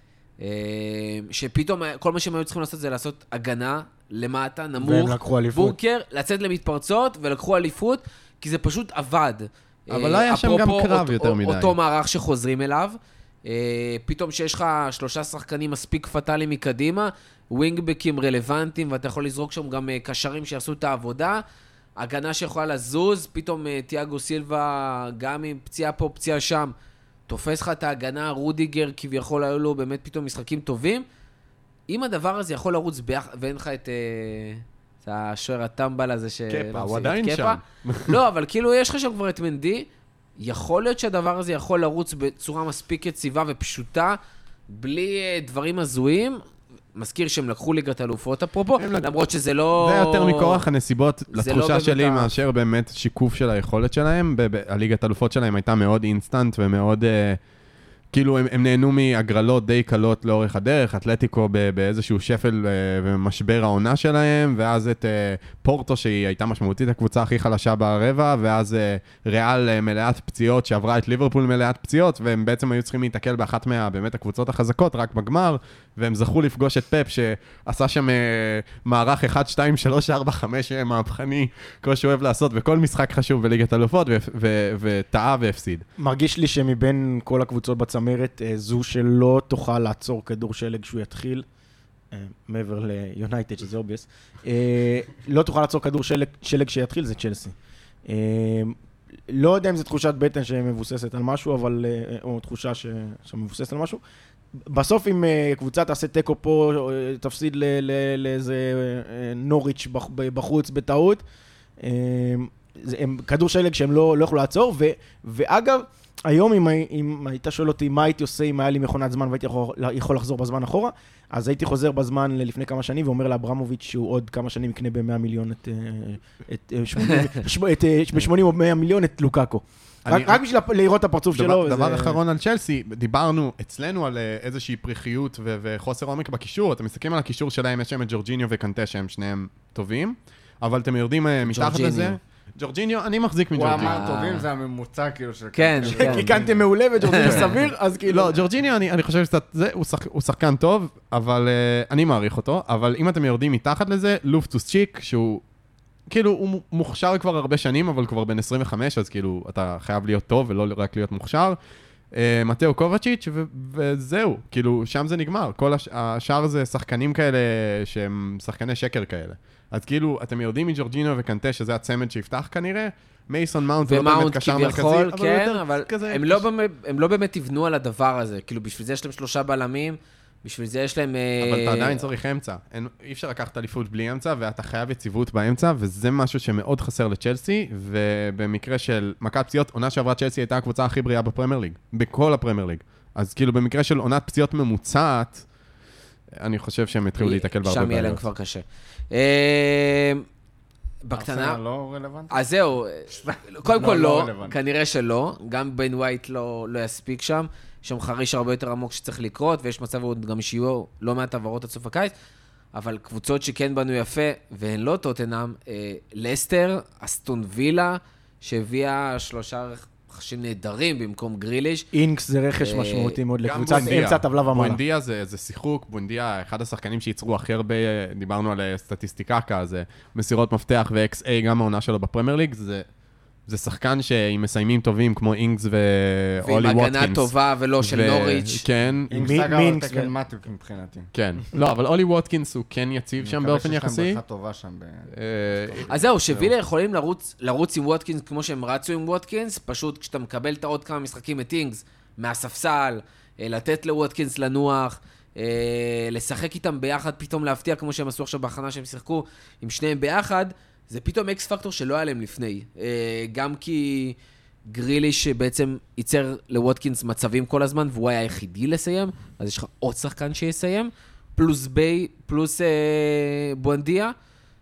שפתאום כל מה שהם היו צריכים לעשות זה לעשות הגנה למטה, נמוך, בונקר, לצאת למתפרצות ולקחו אליפות, כי זה פשוט עבד. אבל לא היה שם גם קרב יותר מדי. אותו מערך שחוזרים אליו, פתאום שיש לך 3 שחקנים מספיק פטליים מקדימה, ווינגבקים רלוונטיים, ואתה יכול לזרוק שם גם קשרים שיעשו את העבודה, הגנה שיכולה לזוז, פתאום תיאגו סילבה גם עם פציעה פה, פציעה שם, תופס לך את ההגנה, רודיגר כביכול היו לו באמת פתאום משחקים טובים. אם הדבר הזה יכול לרוץ ואין לך את השוער הטמבל הזה קפה, הוא עדיין שם. לא, אבל כאילו יש לך שם כבר את מנדי, יכול להיות שהדבר הזה יכול לרוץ בצורה מספיק יציבה ופשוטה, בלי דברים הזויים. מזכיר שהם לקחו ליגת אלופות אפרופו, למרות שזה לא... זה יותר מכורח הנסיבות לתחושה שלי מאשר באמת שיקוף של היכולת שלהם. הליגת אלופות שלהם הייתה מאוד אינסטנט ומאוד... כאילו הם נהנו מהגרלות די קלות לאורך הדרך, אתלטיקו באיזשהו שפל ומשבר העונה שלהם, ואז את פורטו שהיא הייתה משמעותית הקבוצה הכי חלשה ברבע, ואז ריאל מלאת פציעות שעברה את ליברפול מלאת פציעות, והם בעצם היו צריכים להתקל באחת באמת הקבוצות החזקות רק בגמר, והם זכו לפגוש את פפ שעשה שם מערך 1, 2, 3, 4, 5 מהפכני, כמו שהוא אוהב לעשות, וכל משחק חשוב בליגת אלופות, וטעה והפסיד. מרגיש לי שמבין כל הקבוצות בצמרת, זו שלא תוכל לעצור כדור שלג שהוא יתחיל, מעבר ליונייטד, שזה אובייס, לא תוכל לעצור כדור שלג שיתחיל, זה צ'לסי. לא יודע אם זו תחושת בטן שמבוססת על משהו, אבל, או תחושה שמבוססת על משהו. בסוף אם קבוצה תעשה טקו פה, תפסיד לאיזה נוריץ' בחוץ בטעות, כדור שלג שהם לא יכולו לעצור, ואגב, היום אם היית שואל אותי מה הייתי עושה אם היה לי מכונת זמן והייתי יכול לחזור בזמן אחורה, אז הייתי חוזר בזמן לפני כמה שנים ואומר לאברמוביץ' שהוא עוד כמה שנים יקנה ב-100 מיליון ב-80 או 100 מיליון את לוקאקו. רק בשביל לראות את הפרצוף שלו. דבר אחרון על צ'לסי, דיברנו אצלנו על איזושהי פריחיות וחוסר עומק בקישור, אתם מסתכלים על הקישור שלהם, יש שם את ג'ורג'יניו וקנטה שהם שניהם טובים, אבל אתם יורדים מתחת לזה. ג'ורג'יניו, אני מחזיק מג'ורג'יניו. הוא אמר טובים, זה הממוצע כאילו של... כן, כן. כי קנטה מעולה וג'ורג'יניו סביר, אז כאילו... לא, ג'ורג'יניו, אני חושב שהוא שחקן טוב, אבל אני מעריך אותו, אבל אם אתם יורדים מתחת לזה, לופטוס צ'יק, שהוא... כאילו, הוא מוכשר כבר הרבה שנים, אבל כבר בן 25, אז כאילו, אתה חייב להיות טוב ולא רק להיות מוכשר. מתאו קובצ'יץ' וזהו, כאילו, שם זה נגמר. כל השאר זה שחקנים כאלה, שהם שחקני שקר כאלה. אז כאילו, אתם יודעים מג'ורג'ינו וקנטה, שזה הצמד שיפתח כנראה, מייסון מאונט, ומאונט כביכול, כן, אבל הם לא באמת תבנו על הדבר הזה. כאילו, בשביל זה יש להם 3 בלמים, בשביל זה יש להם... אבל אתה עדיין צריך אמצע. אי אפשר לקחת אליפות בלי אמצע, ואתה חייב יציבות באמצע, וזה משהו שמאוד חסר לצ'לסי, ובמקרה של מכת פציעות, עונה שעברה צ'לסי הייתה הקבוצה הכי בריאה בפרמייר ליג, בכל הפרמייר ליג. אז כאילו במקרה של עונת פציעות ממוצעת, אני חושב שהם התחילו להתקל בהרבה בעיות. שם יהיה להם כבר קשה. בקטנה... ארסנל לא רלוונטי? אז זהו, קודם כל לא, רלוונטי. כנראה שלא, גם בן ווייט לא יספיק שם, יש שם חריש הרבה יותר עמוק שצריך לקרות, ויש מצב עוד גם שיהיו לא מעט עברות עד סוף הקיץ, אבל קבוצות שכן בנו יפה, והן לא טוטנהאם, לסטר, אסטון וילה, שהביאה 3 רכשים נהדרים במקום גריליש. אינקס זה רכש משמעותי מאוד גם לקבוצת בואנדיה. אמצע טבלה ומעלה. בואנדיה זה שיחוק, בואנדיה, אחד השחקנים שייצרו הכי הרבה, דיברנו על סטטיסטיקה, זה מסירות מפתח ו-XA, גם העונה שלו בפרמייר ליג, זה שחקן שעם מסיימים טובים כמו אינגס ואולי ועם ווטקינס. הגנה טובה ולא של נוריץ'. כן, אינקס מי- אגב מינקס תקן ו- מתיוק מבחינתי. כן. לא, אבל אולי ווטקינס הוא כן יציב שם באופן אני מקווה שיש יחסי. להם ברכה טובה שם. אז זהו, שווילה יכולים לרוץ עם ווטקינס כמו שהם רצו עם ווטקינס, פשוט כשאתה מקבל את עוד כמה משחקים את אינגס מהספסל, לתת לווטקינס לנוח, לשחק איתם ביחד, פתאום להפתיע כמו שהם עשו עכשיו בהכנה שהם שיחקו עם שניהם ביחד, זה פתאום אקס פקטור שלא היה להם לפני. גם כי גריליש בעצם ייצר לווטקינס מצבים כל הזמן, והוא היה היחידי לסיים, אז יש לך עוד שחקן שיסיים, פלוס ביי, פלוס בואנדיה,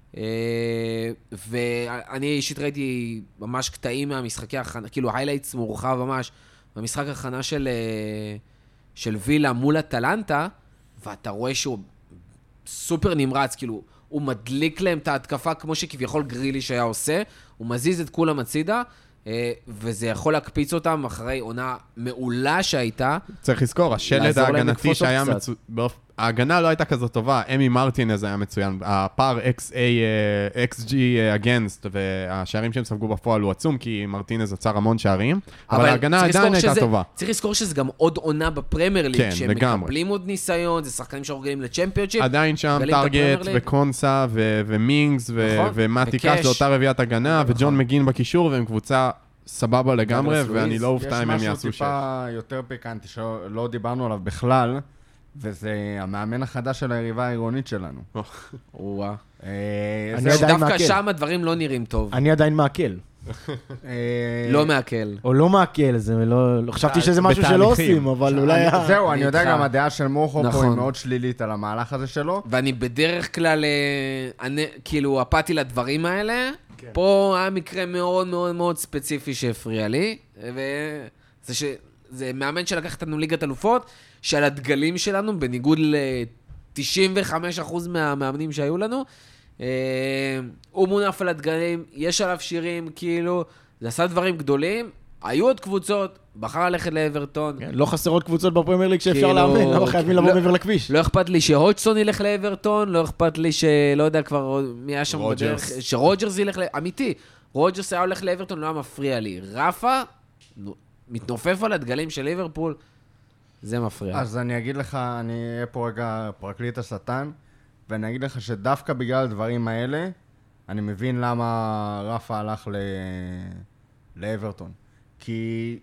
ואני אישית ראיתי ממש קטעים מהמשחקי הכנה, כאילו היילייטס מורחב ממש, במשחק הכנה של וילה מול הטלנטה, ואתה רואה שהוא סופר נמרץ, כאילו, הוא מדליק להם את ההתקפה כמו שכביכול גריליש היה עושה, הוא מזיז את כולם הצידה, וזה יכול להקפיץ אותם אחרי עונה מעולה שהייתה. צריך לזכור, השלד לעזור להם ההגנתי לקפוץ שהיה עוד קצת. ההגנה לא הייתה כזאת טובה, אמי מרטינז היה מצוין, הפער XG against והשערים שהם ספגו בפועל הוא עצום, כי מרטינז עצר המון שערים, אבל ההגנה עדיין הייתה טובה. צריך לזכור שזה גם עוד עונה בפרמייר ליג, כן, שהם לגמרי. מקבלים עוד ניסיון, זה שחקנים שרוגלים לצ'מפיונשיפ. עדיין שם גלים את הפרמייר טארגט ליג. וקונסה ומינגס נכון, ומתי וקש. קאש, זה אותה רביעת הגנה, נכון. וג'ון מגין בקישור, והם קבוצה סבבה לגמרי, דאגלס ואני לואיז. לא אופתע אם הם יש יעשו משהו שש. טיפה יותר פיקנטי שלא דיברנו עליו בכלל, וזה המאמן החדש של היריבה העירונית שלנו. וואה. אה, אני זהו, עדיין דווקא מעכל. שם הדברים לא נראים טוב. אני עדיין מעכל. לא מעכל. או לא מעכל, זה לא חשבתי שזה משהו שלא בתהליכים. עושים, אבל אולי... זהו, אני יודע איתך. גם הדעה של מוחו פה נכון. היא מאוד שלילית על המהלך הזה שלו. ואני בדרך כלל, כאילו, אפאתי לדברים האלה. פה היה מקרה מאוד מאוד מאוד ספציפי שהפריע לי, זה מאמן שלקח אותנו ליגת אלופות, שעל הדגלים שלנו, בניגוד ל-95% מהמאמנים שהיו לנו, הוא מונף על הדגלים, יש עליו שירים, כאילו, זה עשה דברים גדולים, היו עוד קבוצות, בחר ללכת לאברטון, לא חסרות קבוצות בפרמייר ליג שאפשר כאילו- לאמן, למה חייבים לבוא לא- מעבר לכביש? לא אכפת לי שהודג'סון ילך לאברטון, לא אכפת לי שלא יודע כבר מי היה שם בדרך, רוג'רס. שרוג'רס ילך, אמיתי, רוג'רס היה הולך לאברטון, לא היה מפריע לי. רפה, מתנופף על הדגלים של ליברפול, זה מפריע. אז אני אגיד לך, אני אהיה פה רגע פרקליט השטן, ואני אגיד לך שדווקא בגלל הדברים האלה, אני מבין למה רפה הלך לאברטון. כי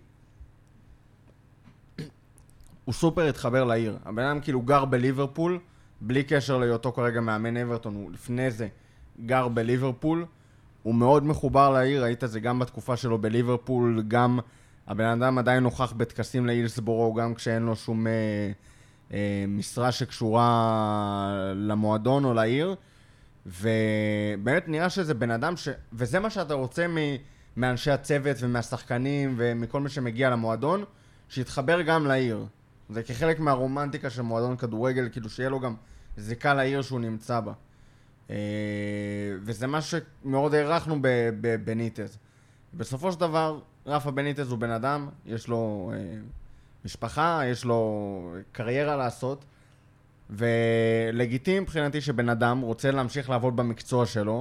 הוא סופר התחבר לעיר. הבן אדם כאילו גר בליברפול, בלי קשר להיותו כרגע מאמן אברטון, הוא לפני זה גר בליברפול, הוא מאוד מחובר לעיר, ראית זה גם בתקופה שלו בליברפול, גם הבן אדם עדיין נוכח בטקסים להילסבורו, גם כשאין לו שום משרה שקשורה למועדון או לעיר, ובאמת נראה שזה בן אדם וזה מה שאתה רוצה מאנשי הצוות ומהשחקנים ומכל מי שמגיע למועדון, שיתחבר גם לעיר. זה כחלק מהרומנטיקה של מועדון כדורגל, כאילו שיהיה לו גם זיקה לעיר שהוא נמצא בה. וזה מה שמאוד הערכנו בבניטז. בסופו של דבר, רפה בניטז הוא בן אדם, יש לו משפחה, יש לו קריירה לעשות, ולגיטימי מבחינתי שבן אדם רוצה להמשיך לעבוד במקצוע שלו.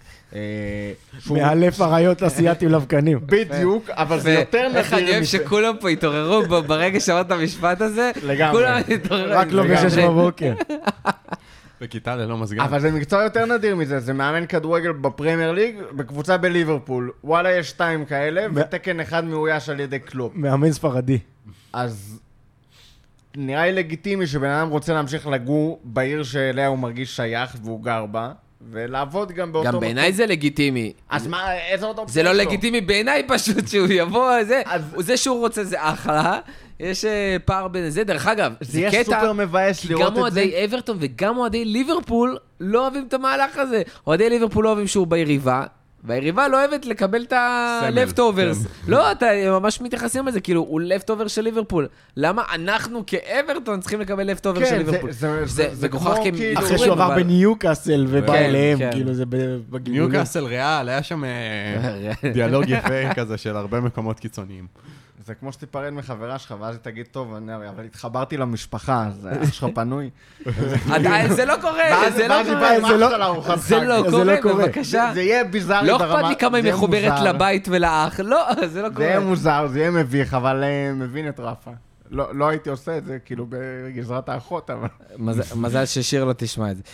מאלף אריות אסיאתים לבקנים. בדיוק, אבל זה יותר איך אני נדיר אוהב שכולם פה התעוררו ברגע שאמרת את המשפט הזה, לגמרי. כולם התעוררו. רק לא בשש בבוקר. בכיתה ללא מזגן. אבל זה מקצוע יותר נדיר מזה, זה מאמן כדורגל בפרמייר ליג, בקבוצה בליברפול. וואלה, יש 2 כאלה, ותקן אחד מאויש על ידי קלופ. מאמן ספרדי. אז נראה לי לגיטימי שבן אדם רוצה להמשיך לגור בעיר שאליה הוא מרגיש שייך והוא גר בה, ולעבוד גם באותו גם בעיניי זה לגיטימי. אז מה, איזה עוד אופציה זה לא יש לו? לגיטימי בעיניי פשוט שהוא יבוא, זה שהוא רוצה זה אחלה. יש פער בין זה. דרך אגב, זה יהיה סופר מבאס לראות את זה. גם אוהדי אברטון וגם אוהדי ליברפול לא אוהבים את המהלך הזה. אוהדי ליברפול לא אוהבים שהוא ביריבה, והיריבה לא אוהבת לקבל את ה-leftovers. לא, אתה ממש מתייחסים לזה, כאילו, הוא leftover של ליברפול. למה אנחנו כאברטון צריכים לקבל leftover של ליברפול? זה כוכח כאילו... אחרי שהוא עבר בניוקאסל ובא אליהם, כאילו זה בגלגולים. ניוקאסל ריאל, היה שם דיאלוג יפה כזה של הרבה מקומות קיצוניים. זה כמו שתיפרד מחברה שלך, ואז תגיד, טוב, אבל התחברתי למשפחה, אז אח שלך פנוי. זה לא קורה, זה לא קורה, בבקשה. זה יהיה ביזארי ברמה, לא אכפת לי כמה היא מחוברת לבית ולאח, לא, זה לא קורה. זה יהיה מוזר, זה יהיה מביך, אבל מבין את רפה. לא הייתי עושה את זה, כאילו בגזרת האחות, אבל... מזל ששיר לא תשמע את זה.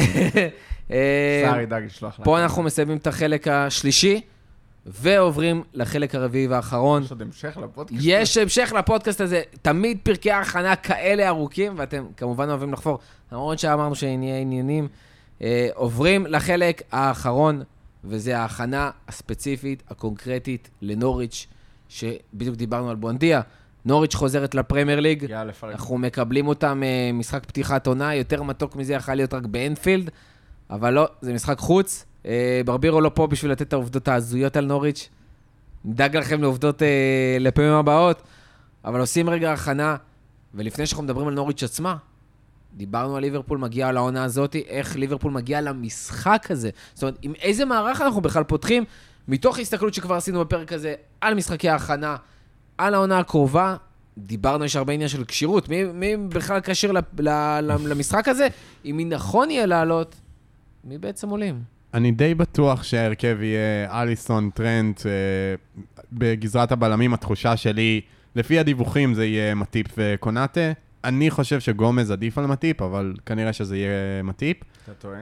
סער ידאג לשלוח לה. פה אנחנו מסיימים את החלק השלישי, ועוברים לחלק הרביעי והאחרון. יש עוד המשך לפודקאסט. יש המשך לפודקאסט הזה. תמיד פרקי ההכנה כאלה ארוכים, ואתם כמובן אוהבים לחפור. למרות שאמרנו שנהיה עניינים. עוברים לחלק האחרון, וזה ההכנה הספציפית, הקונקרטית לנוריץ', שבדיוק דיברנו על בואנדיה. נוריץ' חוזרת לפרמייר ליג. אנחנו מקבלים אותם משחק פתיחת עונה. יותר מתוק מזה יכול להיות רק באנפילד, אבל לא, זה משחק חוץ. ברבירו לא פה בשביל לתת את העובדות ההזויות על נוריץ'. נדאג לכם לעובדות לפעמים הבאות, אבל עושים רגע הכנה, ולפני שאנחנו מדברים על נוריץ' עצמה, דיברנו על ליברפול מגיע לעונה הזאת, איך ליברפול מגיע למשחק הזה. זאת אומרת, עם איזה מערך אנחנו בכלל פותחים, מתוך הסתכלות שכבר עשינו בפרק הזה, על משחקי ההכנה, על העונה הקרובה, דיברנו, יש הרבה עניין של קשירות, מי בכלל קשיר למשחק הזה? אם מי נכון יהיה לעלות, מי בעצם עולים? אני די בטוח שההרכב יהיה אליסון, טרנט, בגזרת הבלמים, התחושה שלי, לפי הדיווחים זה יהיה מטיפ וקונאטה. אני חושב שגומז עדיף על מטיפ, אבל כנראה שזה יהיה מטיפ. אתה טועה.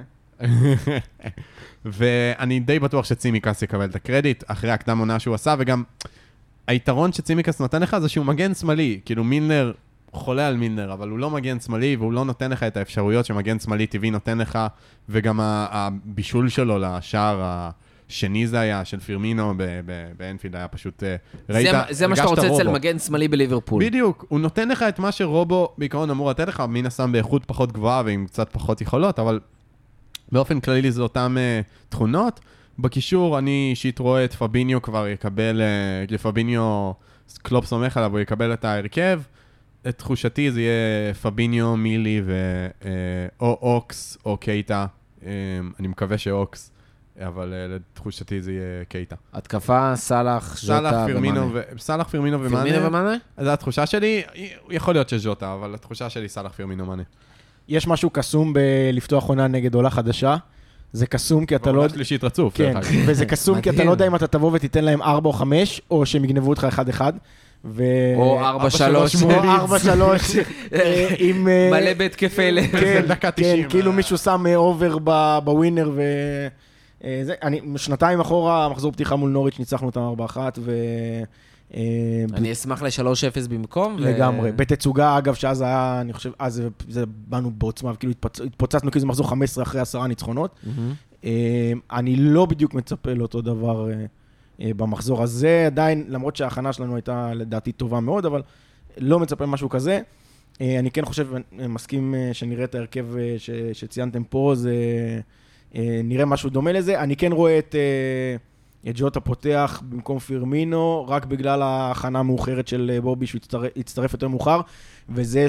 ואני די בטוח שצימקס יקבל את הקרדיט, אחרי הקדם עונה שהוא עשה, וגם היתרון שצימקס נותן לך זה שהוא מגן שמאלי, כאילו מילנר חולה על מילנר, אבל הוא לא מגן שמאלי, והוא לא נותן לך את האפשרויות שמגן שמאלי טבעי נותן לך, וגם הבישול שלו לשער השני זה היה, של פירמינו באנפילד היה פשוט... זה מה שאתה רוצה אצל מגן שמאלי בליברפול. בדיוק, הוא נותן לך את מה שרובו בעיקרון אמור לתת לך, מן הסתם באיכות פחות גבוהה ועם קצת פחות יכולות, אבל באופן כללי זה אותם תכונות. בקישור אני אישית רואה את פביניו כבר יקבל, לפביניו קלופ סומך עליו, הוא יקבל את ההרכב. את תחושתי זה יהיה פביניו, מילי או אוקס או קייטה. אני מקווה שאוקס, אבל לתחושתי זה יהיה קייטה. התקפה, סלח, ז'וטה ומאנה. סלח, פירמינו ומאנה. פירמינו ומאנה? זו התחושה שלי, יכול להיות שז'וטה, אבל התחושה שלי סלח, פירמינו ומאנה. יש משהו קסום בלפתוח עונה נגד עולה חדשה. זה קסום כי אתה לא... ועולה שלישית רצוף. כן, וזה קסום כי אתה לא יודע אם אתה תבוא ותיתן להם 4 או 5, או שהם יגנבו אותך 1-1. או 4-3. או 4-3. עם... מלא בית כפל. כן, כאילו מישהו שם אובר בווינר ו... שנתיים אחורה, מחזור פתיחה מול נוריץ', ניצחנו אותם 4-1 ו... אני אשמח ל-3-0 במקום. לגמרי. בתצוגה, אגב, שאז היה, אני חושב, אז זה באנו בעוצמה, וכאילו התפוצצנו כאילו זה מחזור 15 אחרי 10 ניצחונות. אני לא בדיוק מצפה לאותו דבר במחזור הזה, עדיין, למרות שההכנה שלנו הייתה לדעתי טובה מאוד, אבל לא מצפה משהו כזה. אני כן חושב, מסכים שנראה את ההרכב שציינתם פה, זה נראה משהו דומה לזה. אני כן רואה את ג'וטה פותח במקום פירמינו, רק בגלל ההכנה המאוחרת של בובי, שהוא יצטרף יותר מאוחר, וזה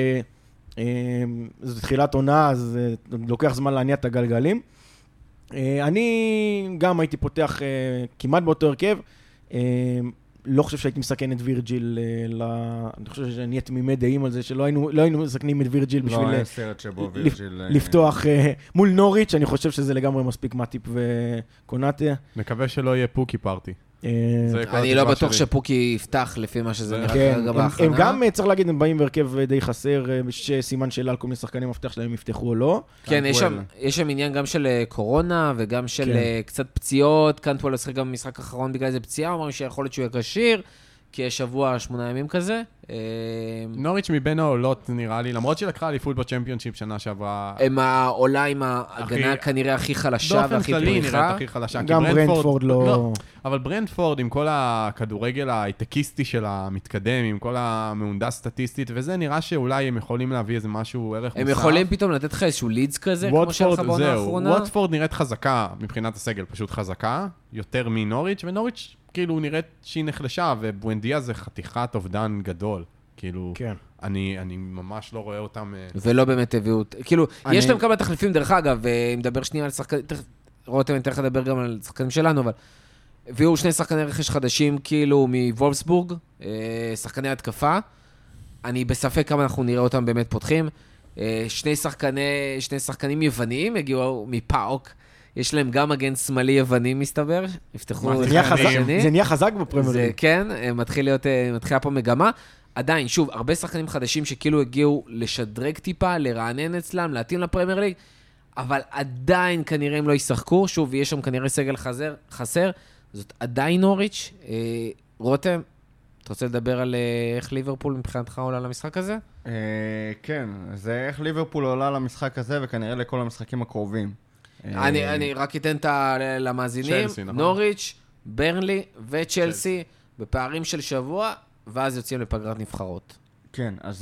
זו תחילת עונה, אז לוקח זמן להניע את הגלגלים. אני גם הייתי פותח כמעט באותו הרכב, לא חושב שהייתי מסכן את וירג'יל, אני חושב שאני תמימי דעים על זה, שלא היינו מסכנים את וירג'יל בשביל לפתוח מול נוריץ', אני חושב שזה לגמרי מספיק מטיפ וקונאטה. מקווה שלא יהיה פוקי פארטי. אני לא בטוח שפוקי יפתח לפי מה שזה נראה כרגע בהכנה. הם גם, צריך להגיד, הם באים בהרכב די חסר, שסימן שאלה על כל מיני שחקנים מפתח שלהם יפתחו או לא. כן, יש שם עניין גם של קורונה וגם של קצת פציעות, קנטוול עושה גם משחק אחרון בגלל איזה פציעה, אמרנו שיכול להיות שהוא יהיה כשיר, כשבוע, 8 ימים כזה. נוריץ' מבין העולות נראה לי, למרות שלקחה אליפות בצ'מפיונשיפ שנה שעברה. הם העולה עם ההגנה כנראה הכי חלשה והכי באופן כללי פריחה. נראית הכי חלשה. גם ברנדפורד לא... אבל ברנדפורד עם כל הכדורגל ההייטקיסטי של המתקדם, עם כל המהונדה סטטיסטית, וזה נראה שאולי הם יכולים להביא איזה משהו ערך מוסף. הם יכולים פתאום לתת לך איזשהו לידס כזה, כמו שהיה לך בעונה האחרונה. ווטפורד נראית חזקה מבחינת הסגל, פשוט חזקה, יותר מנוריץ', ונוריץ' כאילו נראית שהיא נחלשה, ובואנדיה זה חתיכת אובדן גדול. כאילו, כן. אני ממש לא רואה אותם... ולא באמת הביאו... כאילו, יש להם כמה תחליפים, דרך אגב, אם נדבר שנייה על שחקנים, רותם, אני תכף לדבר גם על שחקנים שלנו, אבל הביאו 2 שחקני רכש חדשים, כאילו, מוולפסבורג, שחקני התקפה. אני בספק כמה אנחנו נראה אותם באמת פותחים. 2 שחקנים יווניים הגיעו מפאוק. יש להם גם מגן שמאלי יווני, מסתבר. יפתחו... זה נהיה חזק בפרמייר ליג. כן, מתחילה פה מגמה. עדיין, שוב, הרבה שחקנים חדשים שכאילו הגיעו לשדרג טיפה, לרענן אצלם, להתאים לפרמייר ליג, אבל עדיין כנראה הם לא ישחקו. שוב, יש שם כנראה סגל חסר. זאת עדיין נוריץ'. רותם, אתה רוצה לדבר על איך ליברפול מבחינתך עולה למשחק הזה? כן, זה איך ליברפול עולה למשחק הזה, וכנראה לכל המשחקים הקרובים. אני רק אתן למאזינים. נוריץ', ברנלי וצ'לסי, בפערים של שבוע, ואז יוצאים לפגרת נבחרות. כן, אז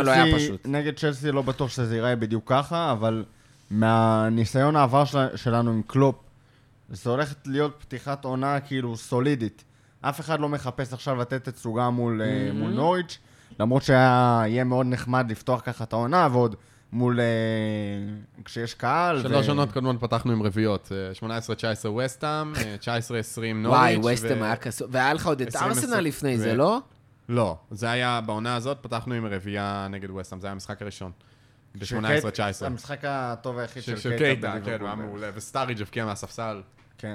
נגד צ'לסי לא בטוח שזה ייראה בדיוק ככה, אבל מהניסיון העבר שלנו עם קלופ, זה הולכת להיות פתיחת עונה כאילו סולידית. אף אחד לא מחפש עכשיו לתת תצוגה מול נוריץ', למרות שיהיה מאוד נחמד לפתוח ככה את העונה, ועוד מול כשיש קהל. 3 עונות קודמות פתחנו עם רביעיות, 18-19 וסטהאם, 19-20 נוריץ'. וואי, וסטהאם היה כסוף. והיה לך עוד את ארסנל לפני זה, לא? לא, זה היה בעונה הזאת, פתחנו עם רביעייה נגד וסטהאם, זה היה המשחק הראשון. ב-18-19. המשחק הטוב היחיד של קייטה, כן, הוא היה מעולה, וסטאריג' הבקיע מהספסל. כן.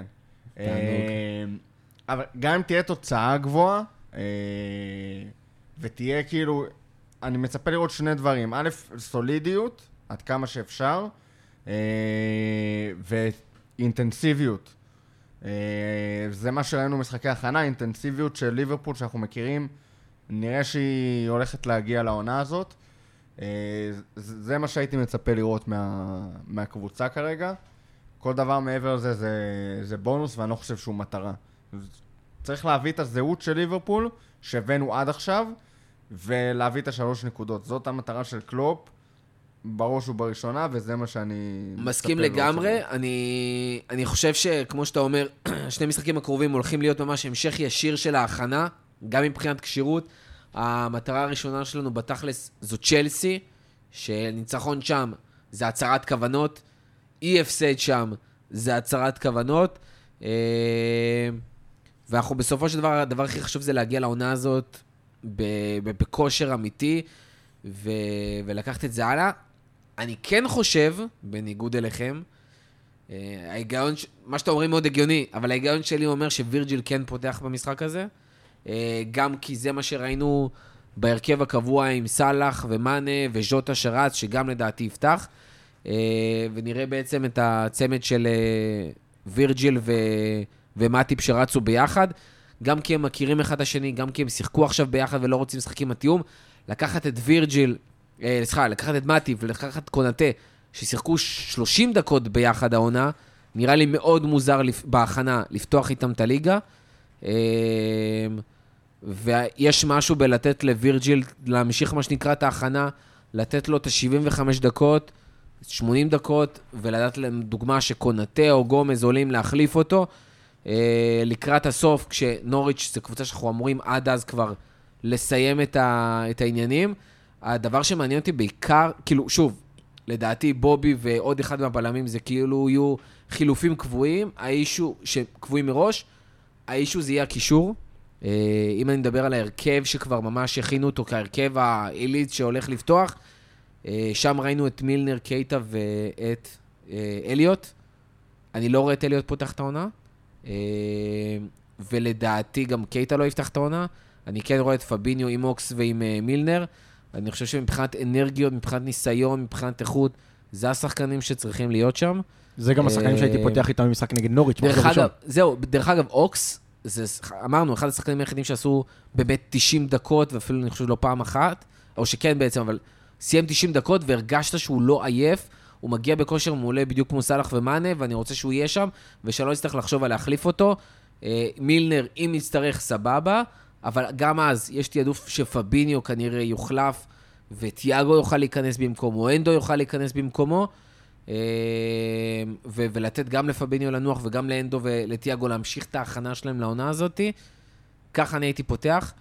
אבל גם אם תהיה תוצאה גבוהה, ותהיה כאילו, אני מצפה לראות 2 דברים. א', סולידיות, עד כמה שאפשר, ואינטנסיביות. זה מה שראינו משחקי הכנה, אינטנסיביות של ליברפול שאנחנו מכירים, נראה שהיא הולכת להגיע לעונה הזאת. זה מה שהייתי מצפה לראות מהקבוצה כרגע. כל דבר מעבר לזה זה בונוס, ואני לא חושב שהוא מטרה. צריך להביא את הזהות של ליברפול, שהבאנו עד עכשיו, ולהביא את 3 נקודות. זאת המטרה של קלופ, בראש ובראשונה, וזה מה שאני... מסכים לגמרי. אני חושב שכמו שאתה אומר, 2 משחקים הקרובים הולכים להיות ממש המשך ישיר של ההכנה, גם מבחינת קשירות. המטרה הראשונה שלנו בתכלס זו צ'לסי, שניצחון שם זה הצהרת כוונות, אי הפסד שם זה הצהרת כוונות, ואנחנו בסופו של דבר, הדבר הכי חשוב זה להגיע לעונה הזאת בכושר אמיתי, ולקחת את זה הלאה. אני כן חושב, בניגוד אליכם, ההיגיון, מה שאתה אומרים מאוד הגיוני, אבל ההיגיון שלי אומר שווירג'יל כן פותח במשחק הזה, גם כי זה מה שראינו בהרכב הקבוע עם סלאח ומאנה וז'וטה שרץ, שגם לדעתי יפתח, ונראה בעצם את הצמד של וירג'יל ומטיפ שרצו ביחד, גם כי הם מכירים אחד השני, גם כי הם שיחקו עכשיו ביחד ולא רוצים לשחק עם התיאום, לקחת את לקחת את מטיפ ולקחת את קונטה, ששיחקו 30 דקות ביחד העונה, נראה לי מאוד מוזר בהכנה לפתוח איתם את הליגה, ויש משהו בלתת לווירג'יל, להמשיך מה שנקרא את ההכנה, לתת לו את ה-75 דקות, 80 דקות, ולדעת להם דוגמה שקונטה או גומז עולים להחליף אותו, לקראת הסוף, כשנוריץ' זה קבוצה שאנחנו אמורים עד אז כבר לסיים את העניינים. הדבר שמעניין אותי בעיקר, כאילו, שוב, לדעתי בובי ועוד אחד מהבלמים זה כאילו יהיו חילופים קבועים, האישו שקבועים מראש, האישו זה יהיה הקישור. אם אני מדבר על ההרכב שכבר ממש הכינו אותו כהרכב העילית שהולך לפתוח, שם ראינו את מילנר, קייטה ואת אליוט. אני לא רואה את אליוט פותח את העונה, ולדעתי גם קייטה לא יפתח את העונה. אני כן רואה את פביניו עם אוקס ועם מילנר. אני חושב שמבחינת אנרגיות, מבחינת ניסיון, מבחינת איכות, זה השחקנים שצריכים להיות שם. זה גם השחקנים שהייתי פותח איתם במשחק נגד נוריץ'. דרך אגב, אוקס, אמרנו, אחד השחקנים היחידים שעשו באמת 90 דקות, ואפילו אני חושב לא פעם אחת, או שכן בעצם, אבל סיים 90 דקות והרגשת שהוא לא עייף, הוא מגיע בכושר מעולה בדיוק כמו סלח ומאנה, ואני רוצה שהוא יהיה שם, ושלא יצטרך לחשוב על להחליף אותו. מילנר, אם יצטרך, סבבה, אבל גם אז יש תיעדוף שפביניו כנראה יוחלף, וטיאגו יוכל להיכנס במקומו, אנדו יוכל להיכנס במקומו, ולתת גם לפביניו לנוח וגם לאנדו ולטיאגו להמשיך את ההכנה שלהם לעונה הזאת. ככה אני הייתי פותח.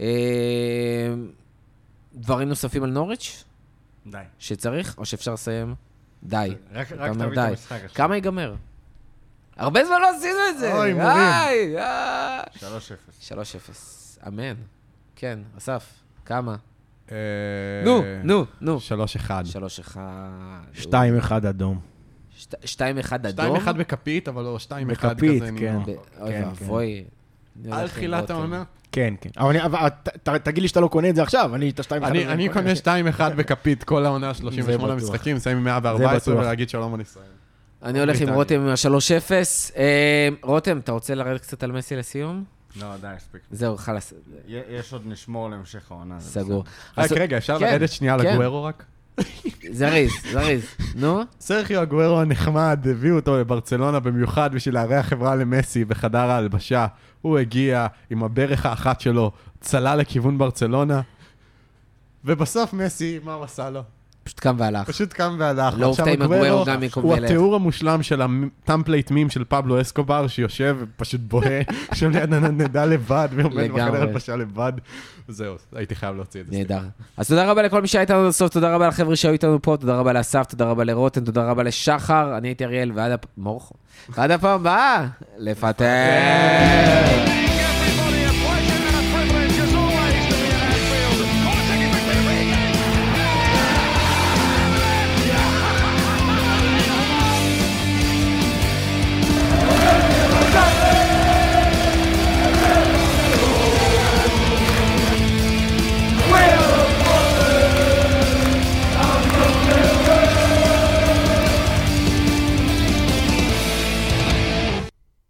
דברים נוספים על נוריץ'? די. שצריך, או שאפשר לסיים? די. רק תביא את המשחק. כמה ייגמר? הרבה זמן לא עשינו את זה. אוי, מורים. 3-0. 3-0. אמן. כן, אסף, כמה? נו. 3-1. 3-1. 2-1 אדום. 2-1 אדום? 2-1 בכפית, אבל לא 2-1 בכפית, כזה. כן. אוי ואבוי. על תחילת העונה? כן, כן. אבל תגיד לי שאתה לא קונה את זה עכשיו, אני את ה-2-1. אני קונה 2-1 בכפית כל העונה, 38 משחקים, מסיים עם 114 ולהגיד שלום על ישראל. אני הולך עם רותם עם ה-3-0. רותם, אתה רוצה לרדת קצת על מסי לסיום? לא, די, הספיק. זהו, חלס. יש עוד נשמור להמשך העונה. סגור. רק רגע, אפשר לרדת שנייה לגוארו רק? זריז. נו? סרחיו הגוארו הנחמד, הביאו אותו לברצלונה במיוחד בשביל לארח חברה למסי בחדר ההלבשה. הוא הגיע עם הברך האחת שלו, צלה לכיוון ברצלונה, ובסוף מסי, מה הוא עשה לו? פשוט קם והלך. לא עכשיו הופתע עם הגוארו גם מקום הוא ולך. התיאור המושלם של הטמפלייט מים של פבלו אסקובר, שיושב ופשוט בוהה, יושב ליד הנדע לבד, ועומד בחדר הלבשה לבד. זהו, הייתי חייב להוציא את זה. נהדר. אז תודה רבה לכל מי שהיה איתנו בסוף, תודה רבה לחבר'ה שהיו איתנו פה, תודה רבה לאסף, תודה רבה לרותם, תודה רבה לשחר, אני הייתי אריאל, ועד הפעם הבאה, לפטר.